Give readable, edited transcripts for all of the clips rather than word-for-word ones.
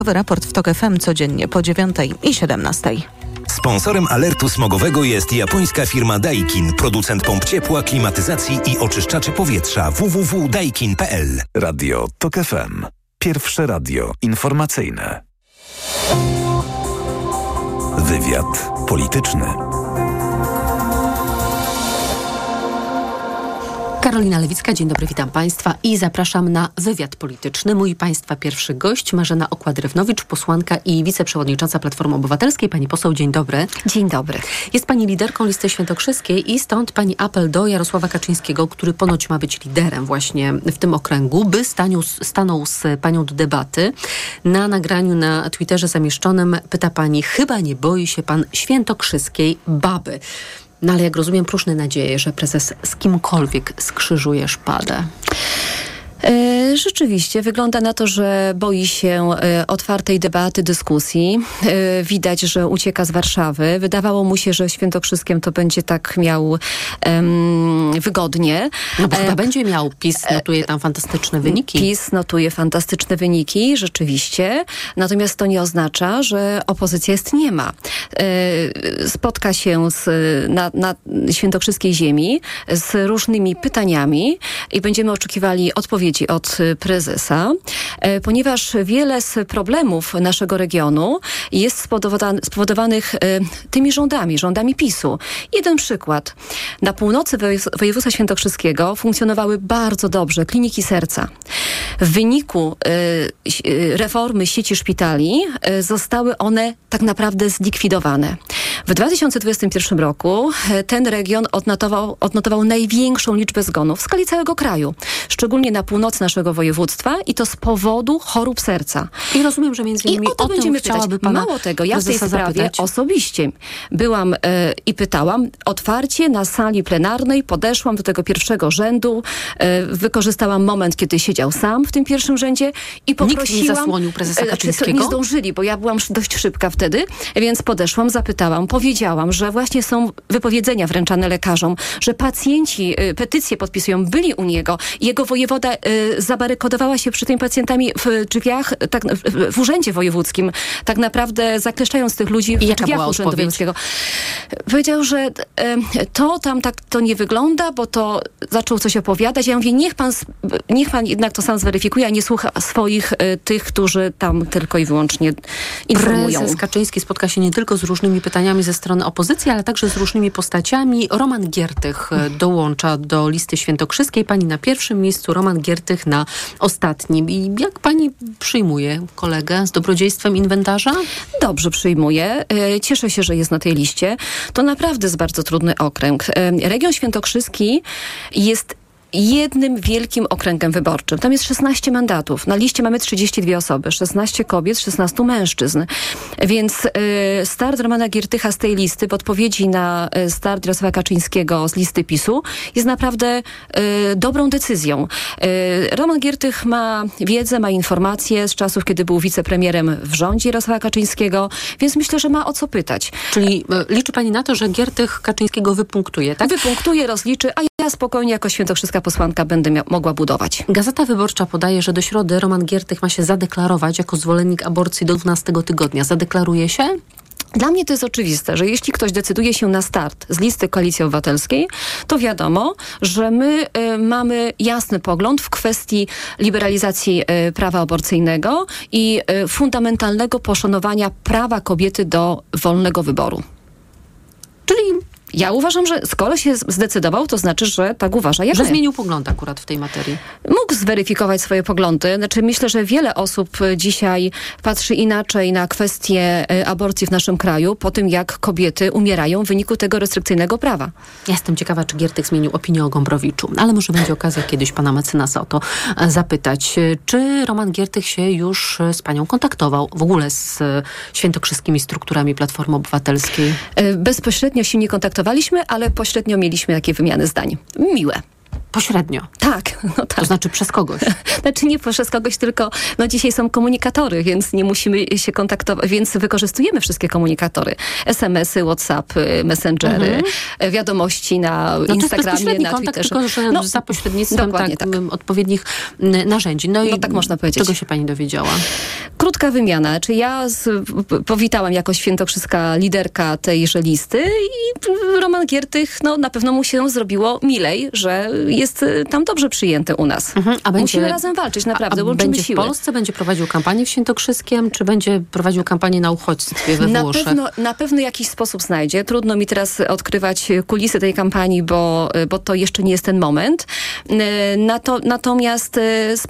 Raport w TOK FM codziennie po 9:00 i 17:00. Sponsorem alertu smogowego jest japońska firma Daikin, producent pomp ciepła, klimatyzacji i oczyszczaczy powietrza. www.daikin.pl. Radio TOK FM. Pierwsze radio informacyjne. Wywiad polityczny. Karolina Lewicka, dzień dobry, witam Państwa i zapraszam na wywiad polityczny. Mój Państwa pierwszy gość, Marzena Okła-Drewnowicz, posłanka i wiceprzewodnicząca Platformy Obywatelskiej. Pani poseł, dzień dobry. Dzień dobry. Jest Pani liderką listy świętokrzyskiej i stąd Pani apel do Jarosława Kaczyńskiego, który ponoć ma być liderem właśnie w tym okręgu, by stanął z Panią do debaty. Na nagraniu na Twitterze zamieszczonym pyta Pani, chyba nie boi się Pan świętokrzyskiej baby. No ale jak rozumiem, próżne nadzieje, że prezes z kimkolwiek skrzyżuje szpadę. Rzeczywiście, wygląda na to, że boi się otwartej debaty, dyskusji. Widać, że ucieka z Warszawy. Wydawało mu się, że Świętokrzyskiem to będzie tak miał wygodnie. No bo chyba będzie miał. PiS notuje tam fantastyczne wyniki. PiS notuje fantastyczne wyniki, rzeczywiście. Natomiast to nie oznacza, że opozycja nie ma. Spotka się na świętokrzyskiej ziemi z różnymi pytaniami i będziemy oczekiwali odpowiedzi od prezesa, ponieważ wiele z problemów naszego regionu jest spowodowanych tymi rządami PiS-u. Jeden przykład. Na północy województwa świętokrzyskiego funkcjonowały bardzo dobrze kliniki serca. W wyniku reformy sieci szpitali zostały one tak naprawdę zlikwidowane. W 2021 roku ten region odnotował największą liczbę zgonów w skali całego kraju. Szczególnie na północy naszego województwa i to z powodu chorób serca. I rozumiem, że między innymi o to będziemy pytać. Mało tego, ja w tej sprawie osobiście byłam i pytałam otwarcie na sali plenarnej, podeszłam do tego pierwszego rzędu, wykorzystałam moment, kiedy siedział sam w tym pierwszym rzędzie i poprosiłam... Nikt nie zasłonił prezesa Kaczyńskiego? Nie zdążyli, bo ja byłam dość szybka wtedy, więc podeszłam, zapytałam, powiedziałam, że właśnie są wypowiedzenia wręczane lekarzom, że pacjenci petycje podpisują, byli u niego. Jego wojewoda zabarykadowała się przy tymi pacjentami w drzwiach, tak, w urzędzie wojewódzkim, tak naprawdę zakleszczając tych ludzi w drzwiach urzędu wojewódzkiego. Powiedział, że to tam tak to nie wygląda, bo to zaczął coś opowiadać. Ja mówię, niech pan jednak to sam zweryfikuje, a nie słucha swoich tych, którzy tam tylko i wyłącznie informują. Prezes Kaczyński spotka się nie tylko z różnymi pytaniami ze strony opozycji, ale także z różnymi postaciami. Roman Giertych dołącza do listy świętokrzyskiej. Pani na pierwszym miejscu, Roman Giertych na ostatnim. I jak pani przyjmuje kolegę z dobrodziejstwem inwentarza? Dobrze przyjmuję. Cieszę się, że jest na tej liście. To naprawdę jest bardzo trudny okręg. Region świętokrzyski jest jednym wielkim okręgiem wyborczym. Tam jest 16 mandatów. Na liście mamy 32 osoby, 16 kobiet, 16 mężczyzn. Więc start Romana Giertycha z tej listy w odpowiedzi na start Jarosława Kaczyńskiego z listy PiS-u jest naprawdę dobrą decyzją. Roman Giertych ma wiedzę, ma informacje z czasów, kiedy był wicepremierem w rządzie Jarosława Kaczyńskiego, więc myślę, że ma o co pytać. Czyli liczy pani na to, że Giertych Kaczyńskiego wypunktuje, tak? Wypunktuje, rozliczy, a ja spokojnie jako świętokrzyska posłanka będę mogła budować. Gazeta Wyborcza podaje, że do środy Roman Giertych ma się zadeklarować jako zwolennik aborcji do 12 tygodnia. Zadeklaruje się? Dla mnie to jest oczywiste, że jeśli ktoś decyduje się na start z listy Koalicji Obywatelskiej, to wiadomo, że my mamy jasny pogląd w kwestii liberalizacji prawa aborcyjnego i fundamentalnego poszanowania prawa kobiety do wolnego wyboru. Czyli ja uważam, że skoro się zdecydował, to znaczy, że tak uważa jak Że zmienił pogląd akurat w tej materii. Mógł zweryfikować swoje poglądy. Znaczy, myślę, że wiele osób dzisiaj patrzy inaczej na kwestię aborcji w naszym kraju po tym, jak kobiety umierają w wyniku tego restrykcyjnego prawa. Ja jestem ciekawa, czy Giertych zmienił opinię o Gombrowiczu. Ale może będzie okazja kiedyś pana mecenasa o to zapytać. Czy Roman Giertych się już z panią kontaktował? W ogóle z świętokrzyskimi strukturami Platformy Obywatelskiej? Bezpośrednio się nie kontaktowaliśmy, ale pośrednio mieliśmy takie wymiany zdań. Miłe. Pośrednio. Tak, no tak. To znaczy przez kogoś. Znaczy nie przez kogoś, tylko dzisiaj są komunikatory, więc nie musimy się kontaktować, więc wykorzystujemy wszystkie komunikatory. SMS-y, WhatsApp, Messengery, wiadomości na Instagramie, na kontakt, Twitterze. tylko że za pośrednictwem odpowiednich narzędzi. No i tak można powiedzieć. Czego się pani dowiedziała? Krótka wymiana. Czy ja powitałam jako świętokrzyska liderka tejże listy i Roman Giertych, na pewno mu się zrobiło milej, że jest tam dobrze przyjęty u nas. Musimy razem walczyć, naprawdę, łączymy będzie siły. W Polsce będzie prowadził kampanię w Świętokrzyskiem, czy będzie prowadził kampanię na uchodźstwie we Włoszech? Na pewno jakiś sposób znajdzie. Trudno mi teraz odkrywać kulisy tej kampanii, bo to jeszcze nie jest ten moment. Natomiast z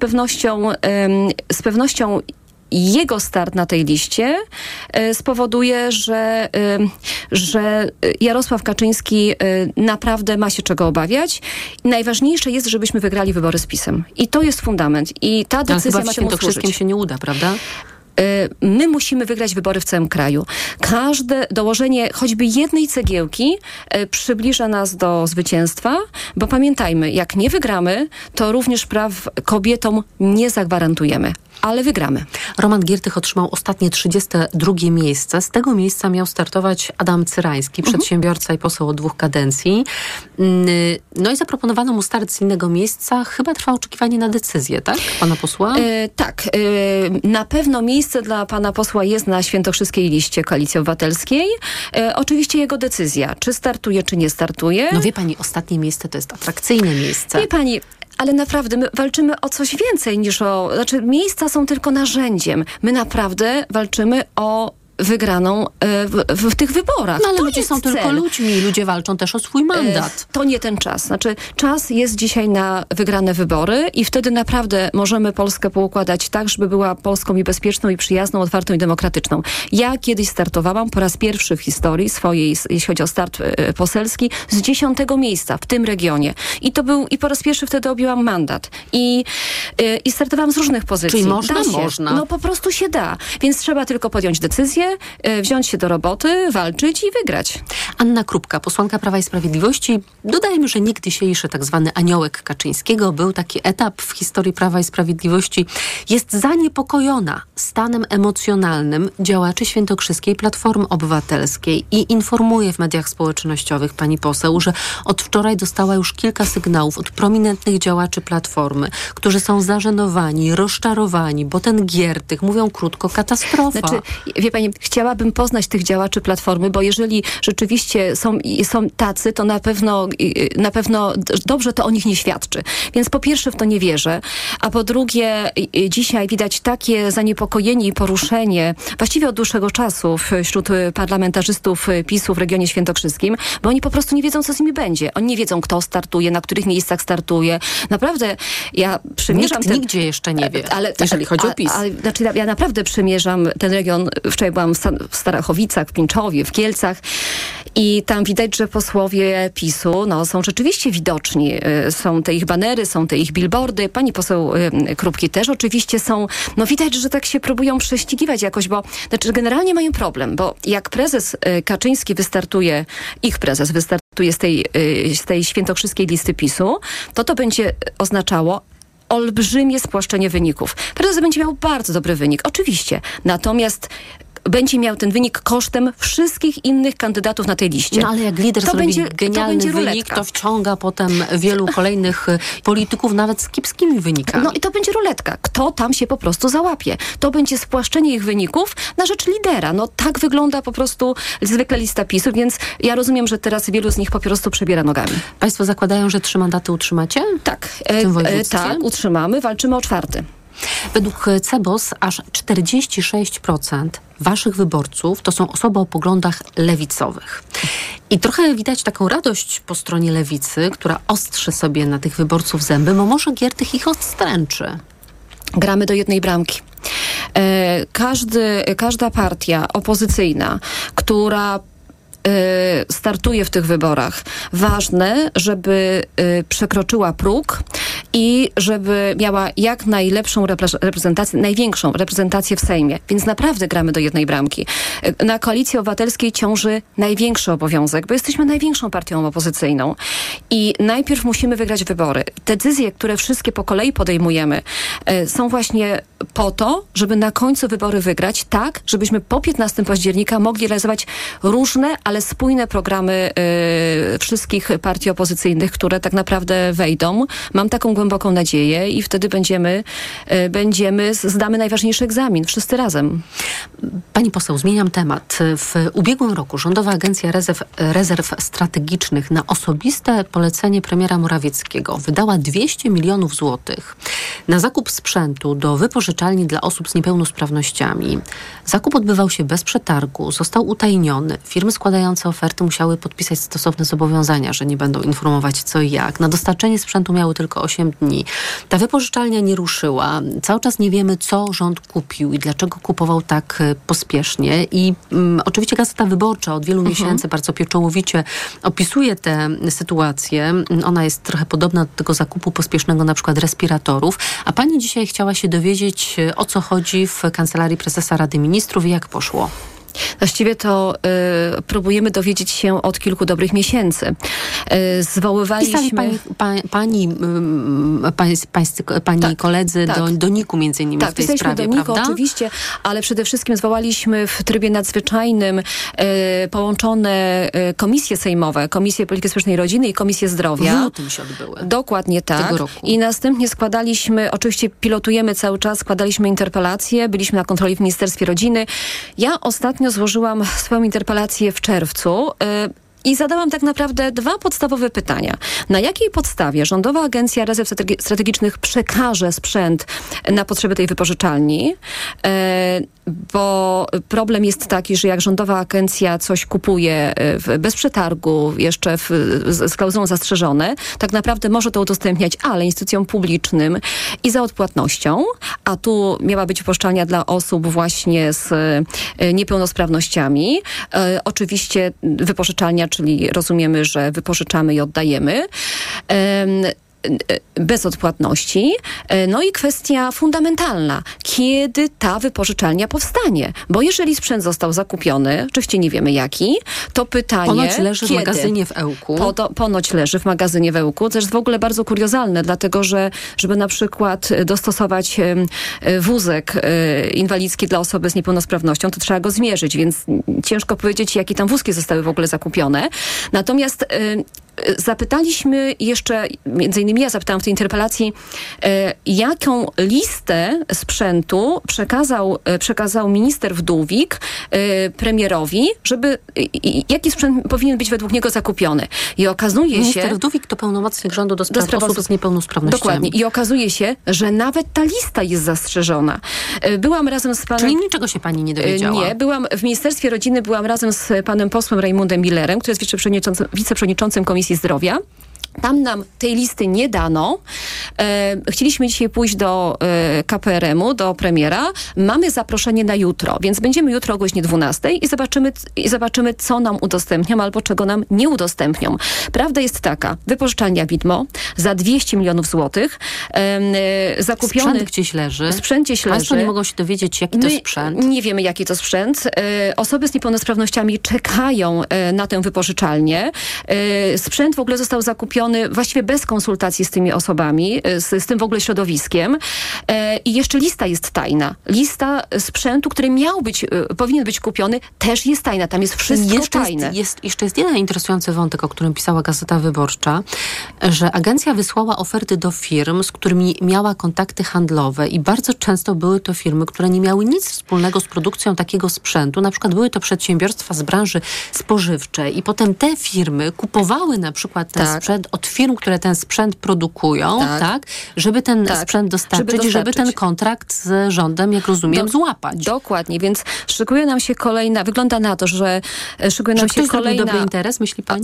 pewnością jego start na tej liście spowoduje, że Jarosław Kaczyński naprawdę ma się czego obawiać. Najważniejsze jest, żebyśmy wygrali wybory z PiS-em. I to jest fundament. I ta decyzja ma temu służyć. Ale chyba w Świętokrzyskim się nie uda, prawda? My musimy wygrać wybory w całym kraju. Każde dołożenie choćby jednej cegiełki przybliża nas do zwycięstwa, bo pamiętajmy, jak nie wygramy, to również praw kobietom nie zagwarantujemy. Ale wygramy. Roman Giertych otrzymał ostatnie 32 miejsce. Z tego miejsca miał startować Adam Cyrański, przedsiębiorca i poseł od 2 kadencji. No i zaproponowano mu start z innego miejsca. Chyba trwa oczekiwanie na decyzję, tak? Pana posła? Tak. Na pewno miejsce dla pana posła jest na świętokrzyskiej liście Koalicji Obywatelskiej. Oczywiście jego decyzja, czy startuje, czy nie startuje. No wie pani, ostatnie miejsce to jest atrakcyjne miejsce. Wie pani, ale naprawdę my walczymy o coś więcej niż miejsca są tylko narzędziem. My naprawdę walczymy o wygraną w tych wyborach. No ale ludzie są tylko ludźmi. Ludzie walczą też o swój mandat. To nie ten czas. Czas jest dzisiaj na wygrane wybory i wtedy naprawdę możemy Polskę poukładać tak, żeby była Polską i bezpieczną, i przyjazną, otwartą i demokratyczną. Ja kiedyś startowałam po raz pierwszy w historii swojej, jeśli chodzi o start poselski, z 10. miejsca w tym regionie. I po raz pierwszy wtedy objęłam mandat. I startowałam z różnych pozycji. Czyli można? No po prostu się da. Więc trzeba tylko podjąć decyzję, wziąć się do roboty, walczyć i wygrać. Anna Krupka, posłanka Prawa i Sprawiedliwości. Dodajmy, że niegdysiejszy tak zwany aniołek Kaczyńskiego, był taki etap w historii Prawa i Sprawiedliwości. Jest zaniepokojona stanem emocjonalnym działaczy świętokrzyskiej Platformy Obywatelskiej i informuje w mediach społecznościowych pani poseł, że od wczoraj dostała już kilka sygnałów od prominentnych działaczy Platformy, którzy są zażenowani, rozczarowani, bo ten Giertych, mówiąc krótko, katastrofa. Wie pani, chciałabym poznać tych działaczy Platformy, bo jeżeli rzeczywiście są tacy, to na pewno dobrze to o nich nie świadczy. Więc po pierwsze w to nie wierzę, a po drugie dzisiaj widać takie zaniepokojenie i poruszenie właściwie od dłuższego czasu wśród parlamentarzystów PiS-u w regionie świętokrzyskim, bo oni po prostu nie wiedzą, co z nimi będzie. Oni nie wiedzą, kto startuje, na których miejscach startuje. Naprawdę ja przymierzam... Nigdzie jeszcze nie wie, jeżeli chodzi o PiS. Ja naprawdę przymierzam ten region. Wczoraj byłam w Starachowicach, w Pińczowie, w Kielcach i tam widać, że posłowie PiS-u są rzeczywiście widoczni. Są te ich banery, są te ich billboardy. Pani poseł Krupki też oczywiście są. Widać, że tak się próbują prześcigiwać jakoś, bo generalnie mają problem, bo jak prezes Kaczyński ich prezes wystartuje z tej świętokrzyskiej listy PiS-u, to będzie oznaczało olbrzymie spłaszczenie wyników. Prezes będzie miał bardzo dobry wynik, oczywiście. Natomiast będzie miał ten wynik kosztem wszystkich innych kandydatów na tej liście. No ale jak lider zrobi genialny wynik, to wciąga potem wielu kolejnych polityków, nawet z kiepskimi wynikami. I to będzie ruletka. Kto tam się po prostu załapie? To będzie spłaszczenie ich wyników na rzecz lidera. Tak wygląda po prostu zwykle lista PiS-u, więc ja rozumiem, że teraz wielu z nich po prostu przebiera nogami. Państwo zakładają, że 3 mandaty utrzymacie? Tak. W tym województwie? Tak, utrzymamy. Walczymy o 4. Według CEBOS aż 46% waszych wyborców to są osoby o poglądach lewicowych. I trochę widać taką radość po stronie lewicy, która ostrzy sobie na tych wyborców zęby, bo może Giertych ich odstręczy. Gramy do jednej bramki. Każda partia opozycyjna, która startuje w tych wyborach. Ważne, żeby przekroczyła próg i żeby miała jak najlepszą reprezentację, największą reprezentację w Sejmie. Więc naprawdę gramy do jednej bramki. Na Koalicji Obywatelskiej ciąży największy obowiązek, bo jesteśmy największą partią opozycyjną i najpierw musimy wygrać wybory. Decyzje, które wszystkie po kolei podejmujemy, są właśnie po to, żeby na końcu wybory wygrać tak, żebyśmy po 15 października mogli realizować różne, ale spójne programy wszystkich partii opozycyjnych, które tak naprawdę wejdą. Mam taką głęboką nadzieję i wtedy zdamy najważniejszy egzamin, wszyscy razem. Pani poseł, zmieniam temat. W ubiegłym roku Rządowa Agencja Rezerw Strategicznych na osobiste polecenie premiera Morawieckiego wydała 200 milionów złotych na zakup sprzętu do wypożyczalni dla osób z niepełnosprawnościami. Zakup odbywał się bez przetargu, został utajniony. Firmy składające oferty musiały podpisać stosowne zobowiązania, że nie będą informować co i jak. Na dostarczenie sprzętu miały tylko 8 dni. Ta wypożyczalnia nie ruszyła. Cały czas nie wiemy, co rząd kupił i dlaczego kupował tak pospiesznie. I oczywiście Gazeta Wyborcza od wielu miesięcy bardzo pieczołowicie opisuje tę sytuację. Ona jest trochę podobna do tego zakupu pospiesznego na przykład respiratorów. A pani dzisiaj chciała się dowiedzieć, o co chodzi w Kancelarii Prezesa Rady Ministrów i jak poszło. Właściwie to próbujemy dowiedzieć się od kilku dobrych miesięcy. Zwoływaliśmy... Pani koledzy do NIK-u między innymi w tej sprawie, do NIK-u, prawda? oczywiście, ale przede wszystkim zwołaliśmy w trybie nadzwyczajnym połączone komisje sejmowe, Komisję Polityki Społecznej i Rodziny i Komisję Zdrowia. W lutym się odbyły. Dokładnie tak. Tego roku. I następnie składaliśmy, oczywiście pilotujemy cały czas, składaliśmy interpelacje, byliśmy na kontroli w Ministerstwie Rodziny. Ja ostatnio złożyłam swoją interpelację w czerwcu i zadałam tak naprawdę 2 podstawowe pytania. Na jakiej podstawie Rządowa Agencja Rezerw Strategicznych przekaże sprzęt na potrzeby tej wypożyczalni? Bo problem jest taki, że jak Rządowa Agencja coś kupuje bez przetargu, jeszcze z klauzulą zastrzeżone, tak naprawdę może to udostępniać, ale instytucjom publicznym i za odpłatnością, a tu miała być wypożyczalnia dla osób właśnie z niepełnosprawnościami. Oczywiście wypożyczalnia, czyli rozumiemy, że wypożyczamy i oddajemy. Bez odpłatności. No i kwestia fundamentalna. Kiedy ta wypożyczalnia powstanie? Bo jeżeli sprzęt został zakupiony, oczywiście nie wiemy jaki, to pytanie... Ponoć leży kiedy? w magazynie w Ełku. Ponoć leży w magazynie w Ełku, co jest w ogóle bardzo kuriozalne, dlatego że żeby na przykład dostosować wózek inwalidzki dla osoby z niepełnosprawnością, to trzeba go zmierzyć, więc ciężko powiedzieć, jakie tam wózki zostały w ogóle zakupione. Natomiast zapytaliśmy jeszcze, między innymi ja zapytałam w tej interpelacji, jaką listę sprzętu przekazał minister Wdówik premierowi, jaki sprzęt powinien być według niego zakupiony. I okazuje się... Minister Wdówik to pełnomocnik rządu do spraw osób z niepełnosprawnościami. Dokładnie. I okazuje się, że nawet ta lista jest zastrzeżona. Byłam razem z panem... Czyli niczego się pani nie dowiedziała? Nie. W Ministerstwie Rodziny byłam razem z panem posłem Rajmundem Millerem, który jest wiceprzewodniczącym Komisji Zdrowia. Tam nam tej listy nie dano. Chcieliśmy dzisiaj pójść do KPRM-u, do premiera. Mamy zaproszenie na jutro, więc będziemy jutro o godzinie 12 i zobaczymy, co nam udostępnią albo czego nam nie udostępnią. Prawda jest taka, wypożyczalnia widmo za 200 milionów złotych. Zakupiony... Sprzęt gdzieś leży. Sprzęt gdzieś leży. Państwo nie mogą się dowiedzieć, jaki to sprzęt? Nie wiemy, jaki to sprzęt. Osoby z niepełnosprawnościami czekają na tę wypożyczalnię. Sprzęt w ogóle został zakupiony właściwie bez konsultacji z tymi osobami, z tym w ogóle środowiskiem. I jeszcze lista jest tajna. Lista sprzętu, który powinien być kupiony, też jest tajna. Tam jest wszystko tajne. Jeszcze jest jeden interesujący wątek, o którym pisała Gazeta Wyborcza, że agencja wysłała oferty do firm, z którymi miała kontakty handlowe i bardzo często były to firmy, które nie miały nic wspólnego z produkcją takiego sprzętu. Na przykład były to przedsiębiorstwa z branży spożywczej i potem te firmy kupowały na przykład ten sprzęt od firm, które ten sprzęt produkują, żeby ten sprzęt dostarczyć, żeby ten kontrakt z rządem, jak rozumiem, złapać. Dokładnie, więc szykuje nam się kolejna, wygląda na to, że szykuje nam się kolejna... dobry interes, myśli pani?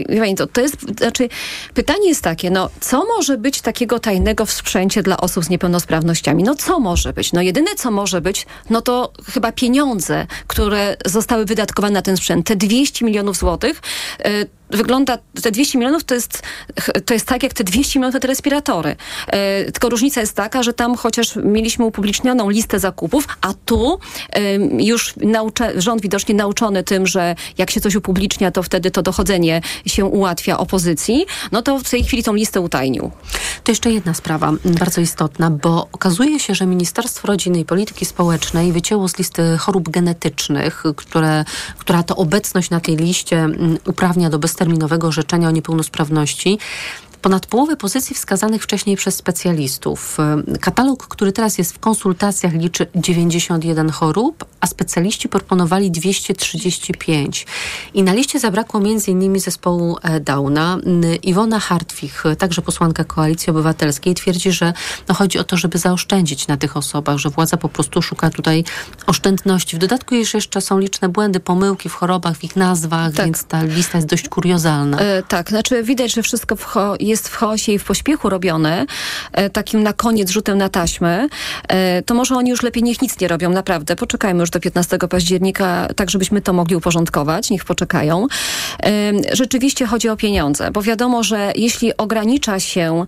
Pytanie jest takie, co może być takiego tajnego w sprzęcie dla osób z niepełnosprawnościami? Co może być? Jedyne, co może być, to chyba pieniądze, które zostały wydatkowane na ten sprzęt. Te 200 milionów złotych, wygląda, te 200 milionów to jest tak jak te 200 milionów na te respiratory. Tylko różnica jest taka, że tam chociaż mieliśmy upublicznioną listę zakupów, a tu już rząd widocznie nauczony tym, że jak się coś upublicznia, to wtedy to dochodzenie się ułatwia opozycji, no to w tej chwili tą listę utajnił. To jeszcze jedna sprawa bardzo istotna, bo okazuje się, że Ministerstwo Rodziny i Polityki Społecznej wycięło z listy chorób genetycznych, która to obecność na tej liście uprawnia do bezterminowego orzeczenia o niepełnosprawności, ponad połowę pozycji wskazanych wcześniej przez specjalistów. Katalog, który teraz jest w konsultacjach, liczy 91 chorób, a specjaliści proponowali 235. I na liście zabrakło m.in. zespołu Downa. Iwona Hartwich, także posłanka Koalicji Obywatelskiej, twierdzi, że chodzi o to, żeby zaoszczędzić na tych osobach, że władza po prostu szuka tutaj oszczędności. W dodatku jeszcze są liczne błędy, pomyłki w chorobach, w ich nazwach, tak. Więc ta lista jest dość kuriozalna. Tak, znaczy widać, że wszystko jest w chaosie i w pośpiechu robione, takim na koniec rzutem na taśmę, to może oni już lepiej niech nic nie robią, naprawdę. Poczekajmy już do 15 października, tak żebyśmy to mogli uporządkować, niech poczekają. Rzeczywiście chodzi o pieniądze, bo wiadomo, że jeśli ogranicza się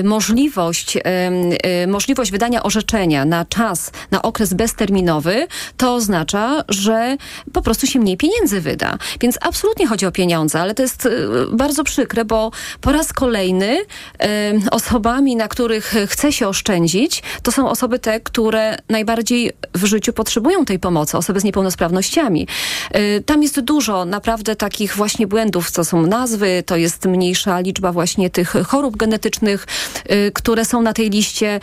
możliwość wydania orzeczenia na czas, na okres bezterminowy, to oznacza, że po prostu się mniej pieniędzy wyda. Więc absolutnie chodzi o pieniądze, ale to jest bardzo przykre, bo po raz kolejny osobami, na których chce się oszczędzić, to są osoby te, które najbardziej w życiu potrzebują tej pomocy, osoby z niepełnosprawnościami. Tam jest dużo naprawdę takich właśnie błędów, co są nazwy, to jest mniejsza liczba właśnie tych chorób genetycznych, które są na tej liście.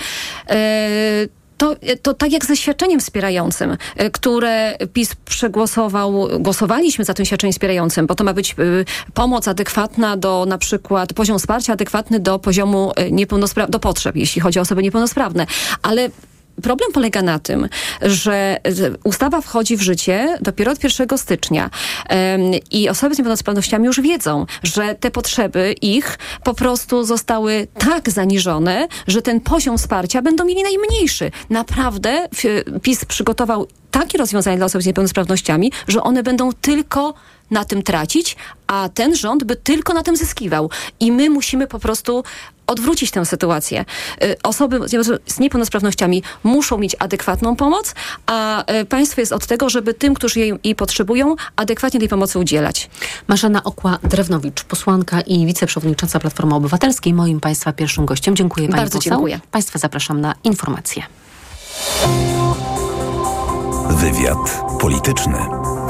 To tak jak ze świadczeniem wspierającym, które PiS głosowaliśmy za tym świadczeniem wspierającym, bo to ma być pomoc adekwatna do na przykład poziom wsparcia adekwatny do poziomu do potrzeb, jeśli chodzi o osoby niepełnosprawne. Ale problem polega na tym, że ustawa wchodzi w życie dopiero od 1 stycznia i osoby z niepełnosprawnościami już wiedzą, że te potrzeby ich po prostu zostały tak zaniżone, że ten poziom wsparcia będą mieli najmniejszy. Naprawdę PiS przygotował takie rozwiązania dla osób z niepełnosprawnościami, że one będą tylko na tym tracić, a ten rząd by tylko na tym zyskiwał. I my musimy po prostu odwrócić tę sytuację. Osoby z niepełnosprawnościami muszą mieć adekwatną pomoc, a państwo jest od tego, żeby tym, którzy jej potrzebują, adekwatnie tej pomocy udzielać. Marzena Okła-Drewnowicz, posłanka i wiceprzewodnicząca Platformy Obywatelskiej, moim Państwa pierwszym gościem. Dziękuję Pani Bardzo poseł. dziękuję. Państwa zapraszam na informacje. Wywiad polityczny.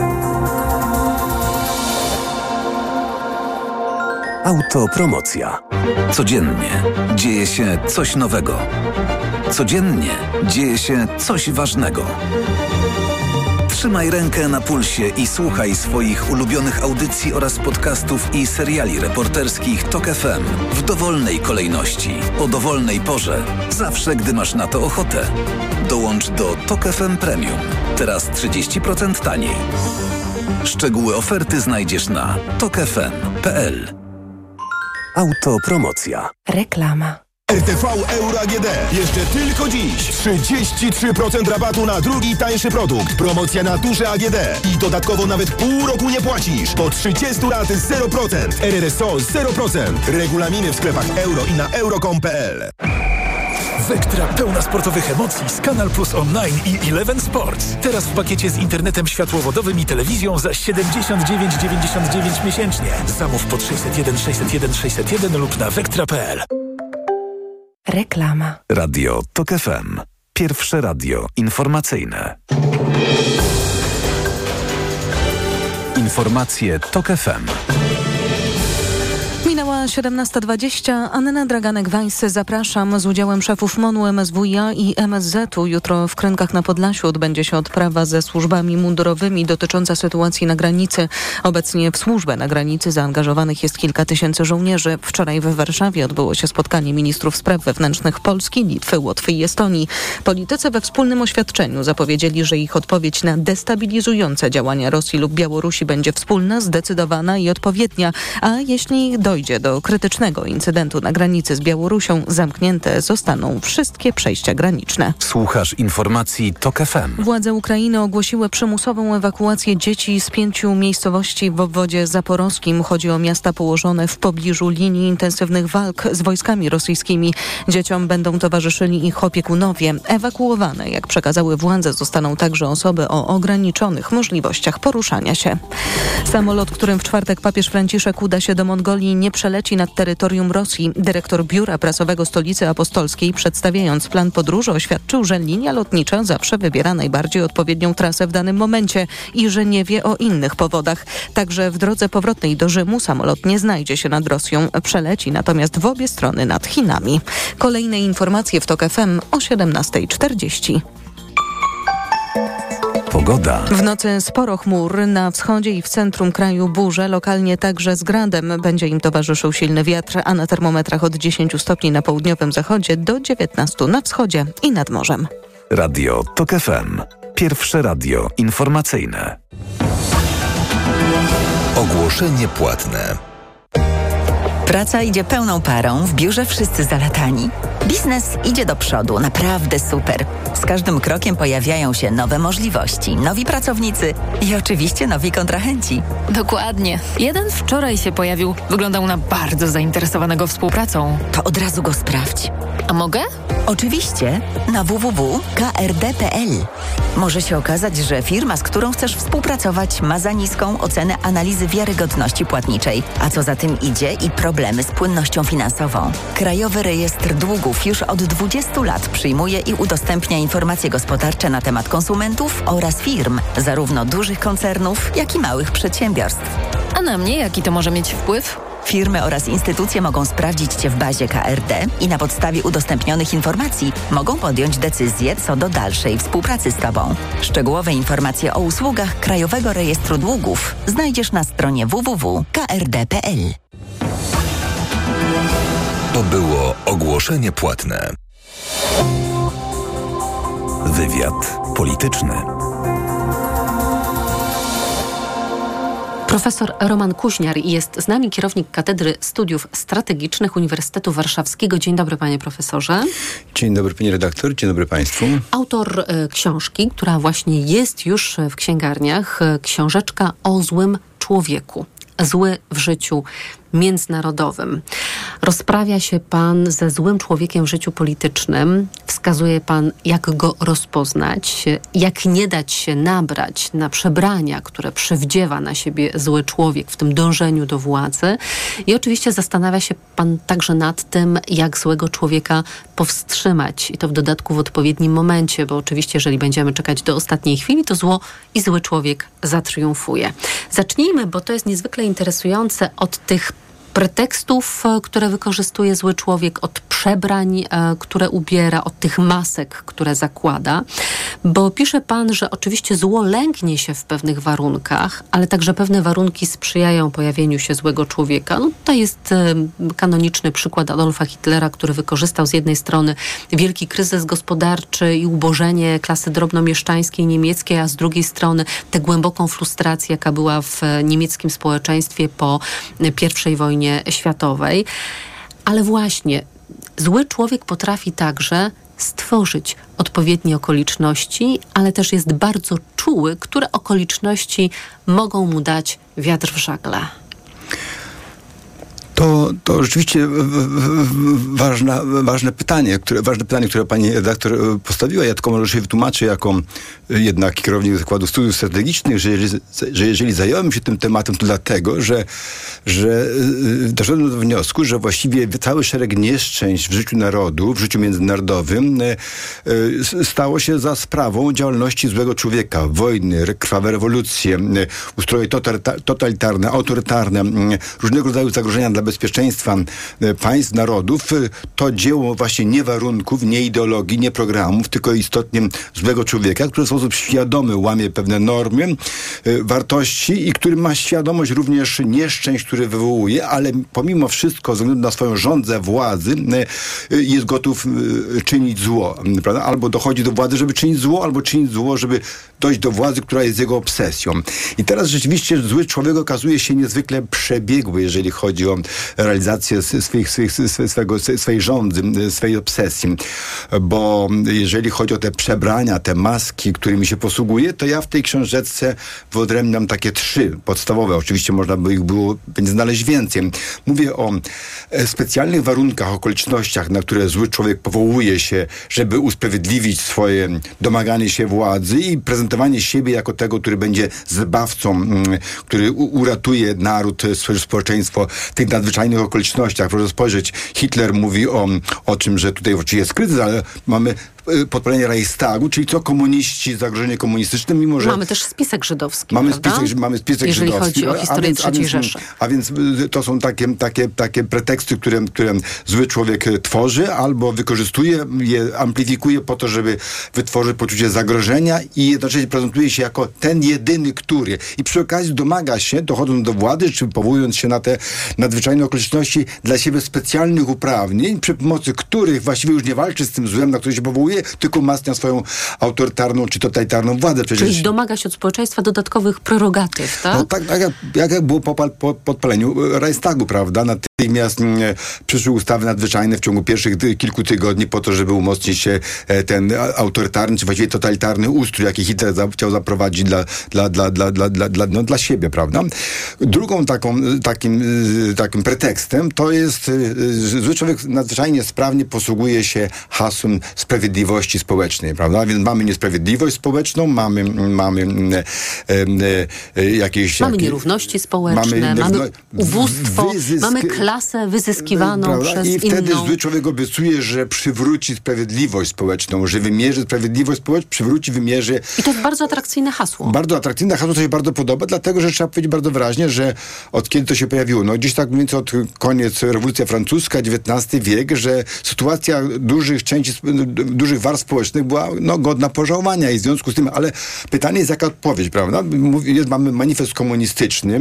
Autopromocja. Codziennie dzieje się coś nowego. Codziennie dzieje się coś ważnego. Trzymaj rękę na pulsie i słuchaj swoich ulubionych audycji oraz podcastów i seriali reporterskich TOK FM w dowolnej kolejności, o dowolnej porze, zawsze gdy masz na to ochotę. Dołącz do TOK FM Premium. Teraz 30% taniej. Szczegóły oferty znajdziesz na tokfm.pl. Autopromocja. Reklama. RTV Euro AGD. Jeszcze tylko dziś 33% rabatu na drugi tańszy produkt. Promocja na duże AGD. I dodatkowo nawet pół roku nie płacisz. Po 30 lat 0%. RRSO 0%. Regulaminy w sklepach euro i na euro.com.pl. Vectra pełna sportowych emocji z Kanal Plus Online i Eleven Sports. Teraz w pakiecie z internetem światłowodowym i telewizją za 79,99 miesięcznie. Zamów pod 601 601 601 lub na vectra.pl. Reklama. Radio TOK FM. Pierwsze radio informacyjne. Informacje TOK FM. Minęła 17:20. Anna Draganek-Weiss, zapraszam. Z udziałem szefów MON-u, MSWiA i MSZ-u jutro w Krynkach na Podlasiu odbędzie się odprawa ze służbami mundurowymi dotycząca sytuacji na granicy. Obecnie w służbę na granicy zaangażowanych jest kilka tysięcy żołnierzy. Wczoraj w Warszawie odbyło się spotkanie ministrów spraw wewnętrznych Polski, Litwy, Łotwy i Estonii. Politycy we wspólnym oświadczeniu zapowiedzieli, że ich odpowiedź na destabilizujące działania Rosji lub Białorusi będzie wspólna, zdecydowana i odpowiednia, a jeśli dojdzie do do krytycznego incydentu na granicy z Białorusią zamknięte zostaną wszystkie przejścia graniczne. Słuchasz informacji TOK FM. Władze Ukrainy ogłosiły przymusową ewakuację dzieci z 5 miejscowości w obwodzie zaporowskim. Chodzi o miasta położone w pobliżu linii intensywnych walk z wojskami rosyjskimi. Dzieciom będą towarzyszyli ich opiekunowie. Ewakuowane, jak przekazały władze, zostaną także osoby o ograniczonych możliwościach poruszania się. Samolot, którym w czwartek papież Franciszek uda się do Mongolii, nie przeleci nad terytorium Rosji. Dyrektor Biura Prasowego Stolicy Apostolskiej, przedstawiając plan podróży, oświadczył, że linia lotnicza zawsze wybiera najbardziej odpowiednią trasę w danym momencie i że nie wie o innych powodach. Także w drodze powrotnej do Rzymu samolot nie znajdzie się nad Rosją. Przeleci natomiast w obie strony nad Chinami. Kolejne informacje w TOK FM o 17:40. Pogoda. W nocy sporo chmur, na wschodzie i w centrum kraju burze, lokalnie także z gradem. Będzie im towarzyszył silny wiatr, a na termometrach od 10 stopni na południowym zachodzie do 19 na wschodzie i nad morzem. Radio TOK FM. Pierwsze radio informacyjne. Ogłoszenie płatne. Praca idzie pełną parą, w biurze wszyscy zalatani. Biznes idzie do przodu, naprawdę super. Z każdym krokiem pojawiają się nowe możliwości, nowi pracownicy i oczywiście nowi kontrahenci. Dokładnie. Jeden wczoraj się pojawił. Wyglądał na bardzo zainteresowanego współpracą. To od razu go sprawdź. A mogę? Oczywiście na www.krd.pl. Może się okazać, że firma, z którą chcesz współpracować, ma za niską ocenę analizy wiarygodności płatniczej, a co za tym idzie i problemy z płynnością finansową. Krajowy Rejestr Długów już od 20 lat przyjmuje i udostępnia informacje gospodarcze na temat konsumentów oraz firm, zarówno dużych koncernów, jak i małych przedsiębiorstw. A na mnie jaki to może mieć wpływ? Firmy oraz instytucje mogą sprawdzić Cię w bazie KRD i na podstawie udostępnionych informacji mogą podjąć decyzję co do dalszej współpracy z Tobą. Szczegółowe informacje o usługach Krajowego Rejestru Długów znajdziesz na stronie www.krd.pl. To było ogłoszenie płatne. Wywiad polityczny. Profesor Roman Kuźniar jest z nami, kierownik Katedry Studiów Strategicznych Uniwersytetu Warszawskiego. Dzień dobry, panie profesorze. Dzień dobry, pani redaktor. Dzień dobry państwu. Autor książki, która właśnie jest już w księgarniach, książeczka o złym człowieku. Zły w życiu międzynarodowym. Rozprawia się pan ze złym człowiekiem w życiu politycznym. Wskazuje pan, jak go rozpoznać, jak nie dać się nabrać na przebrania, które przywdziewa na siebie zły człowiek w tym dążeniu do władzy. I oczywiście zastanawia się pan także nad tym, jak złego człowieka powstrzymać. I to w dodatku w odpowiednim momencie, bo oczywiście, jeżeli będziemy czekać do ostatniej chwili, to zło i zły człowiek zatriumfuje. Zacznijmy, bo to jest niezwykle interesujące, od tych pretekstów, które wykorzystuje zły człowiek, od przebrań, które ubiera, od tych masek, które zakłada. Bo pisze pan, że oczywiście zło lęknie się w pewnych warunkach, ale także pewne warunki sprzyjają pojawieniu się złego człowieka. No, tutaj jest kanoniczny przykład Adolfa Hitlera, który wykorzystał z jednej strony wielki kryzys gospodarczy i ubożenie klasy drobnomieszczańskiej niemieckiej, a z drugiej strony tę głęboką frustrację, jaka była w niemieckim społeczeństwie po I wojnie światowej. Ale właśnie zły człowiek potrafi także stworzyć odpowiednie okoliczności, ale też jest bardzo czuły, które okoliczności mogą mu dać wiatr w żagle. To rzeczywiście ważne pytanie, które pani redaktor postawiła. Ja tylko może się wytłumaczę jako jednak kierownik Zakładu Studiów Strategicznych, że jeżeli zająłem się tym tematem, to dlatego, że doszedłem do wniosku, że właściwie cały szereg nieszczęść w życiu narodu, w życiu międzynarodowym stało się za sprawą działalności złego człowieka. Wojny, krwawe rewolucje, ustroje totalitarne, autorytarne, różnego rodzaju zagrożenia dla bezpieczeństwa państw, narodów, to dzieło właśnie nie warunków, nie ideologii, nie programów, tylko istotnie złego człowieka, który w sposób świadomy łamie pewne normy, wartości i który ma świadomość również nieszczęść, który wywołuje, ale pomimo wszystko, ze względu na swoją żądzę władzy, jest gotów czynić zło. Prawda? Albo dochodzi do władzy, żeby czynić zło, albo czynić zło, żeby dojść do władzy, która jest jego obsesją. I teraz rzeczywiście zły człowiek okazuje się niezwykle przebiegły, jeżeli chodzi o realizację swojej żądzy, swojej obsesji. Bo jeżeli chodzi o te przebrania, te maski, którymi się posługuje, to ja w tej książeczce wyodrębniam takie 3 podstawowe. Oczywiście można by ich będzie znaleźć więcej. Mówię o specjalnych warunkach, okolicznościach, na które zły człowiek powołuje się, żeby usprawiedliwić swoje domaganie się władzy i prezentowanie siebie jako tego, który będzie zbawcą, który uratuje naród, swoje społeczeństwo w tych nadzwyczajnych okolicznościach. Proszę spojrzeć, Hitler mówi o czym, że tutaj oczywiście jest kryzys, ale mamy podpalenie Reichstagu, czyli co komuniści, zagrożenie komunistyczne, mimo że... Mamy też spisek żydowski, mamy spisek jeżeli żydowski, chodzi o historię III Rzeszy. A więc to są takie preteksty, które zły człowiek tworzy albo wykorzystuje, je amplifikuje po to, żeby wytworzyć poczucie zagrożenia i jednocześnie prezentuje się jako ten jedyny, który. I przy okazji domaga się, dochodząc do władzy, czy powołując się na te nadzwyczajne okoliczności, dla siebie specjalnych uprawnień, przy pomocy których właściwie już nie walczy z tym złem, na który się powołuje, tylko umacnia swoją autorytarną czy totalitarną władzę. Czyli domaga się od społeczeństwa dodatkowych prerogatyw, tak? No tak jak było po podpaleniu Reichstagu, prawda? Natychmiast przyszły ustawy nadzwyczajne w ciągu pierwszych kilku tygodni po to, żeby umocnić się ten autorytarny, czy właściwie totalitarny ustrój, jaki Hitler chciał zaprowadzić dla siebie, prawda? Drugą takim pretekstem to jest, zły człowiek nadzwyczajnie sprawnie posługuje się hasłem sprawiedliwości społecznej, prawda? Więc mamy niesprawiedliwość społeczną, mamy jakieś... Mamy nierówności społeczne, mamy ubóstwo, mamy klasę wyzyskiwaną przez inną. I wtedy zły człowiek obiecuje, że przywróci sprawiedliwość społeczną, że wymierzy sprawiedliwość społeczną, przywróci, wymierzy... I to jest bardzo atrakcyjne hasło. Bardzo atrakcyjne hasło, to się bardzo podoba, dlatego, że trzeba powiedzieć bardzo wyraźnie, że od kiedy to się pojawiło? No gdzieś tak mniej więcej od koniec rewolucja francuska, XIX wiek, że sytuacja dużych warstw społecznych była godna pożałowania i w związku z tym, ale pytanie jest, jaka odpowiedź, prawda? Mamy manifest komunistyczny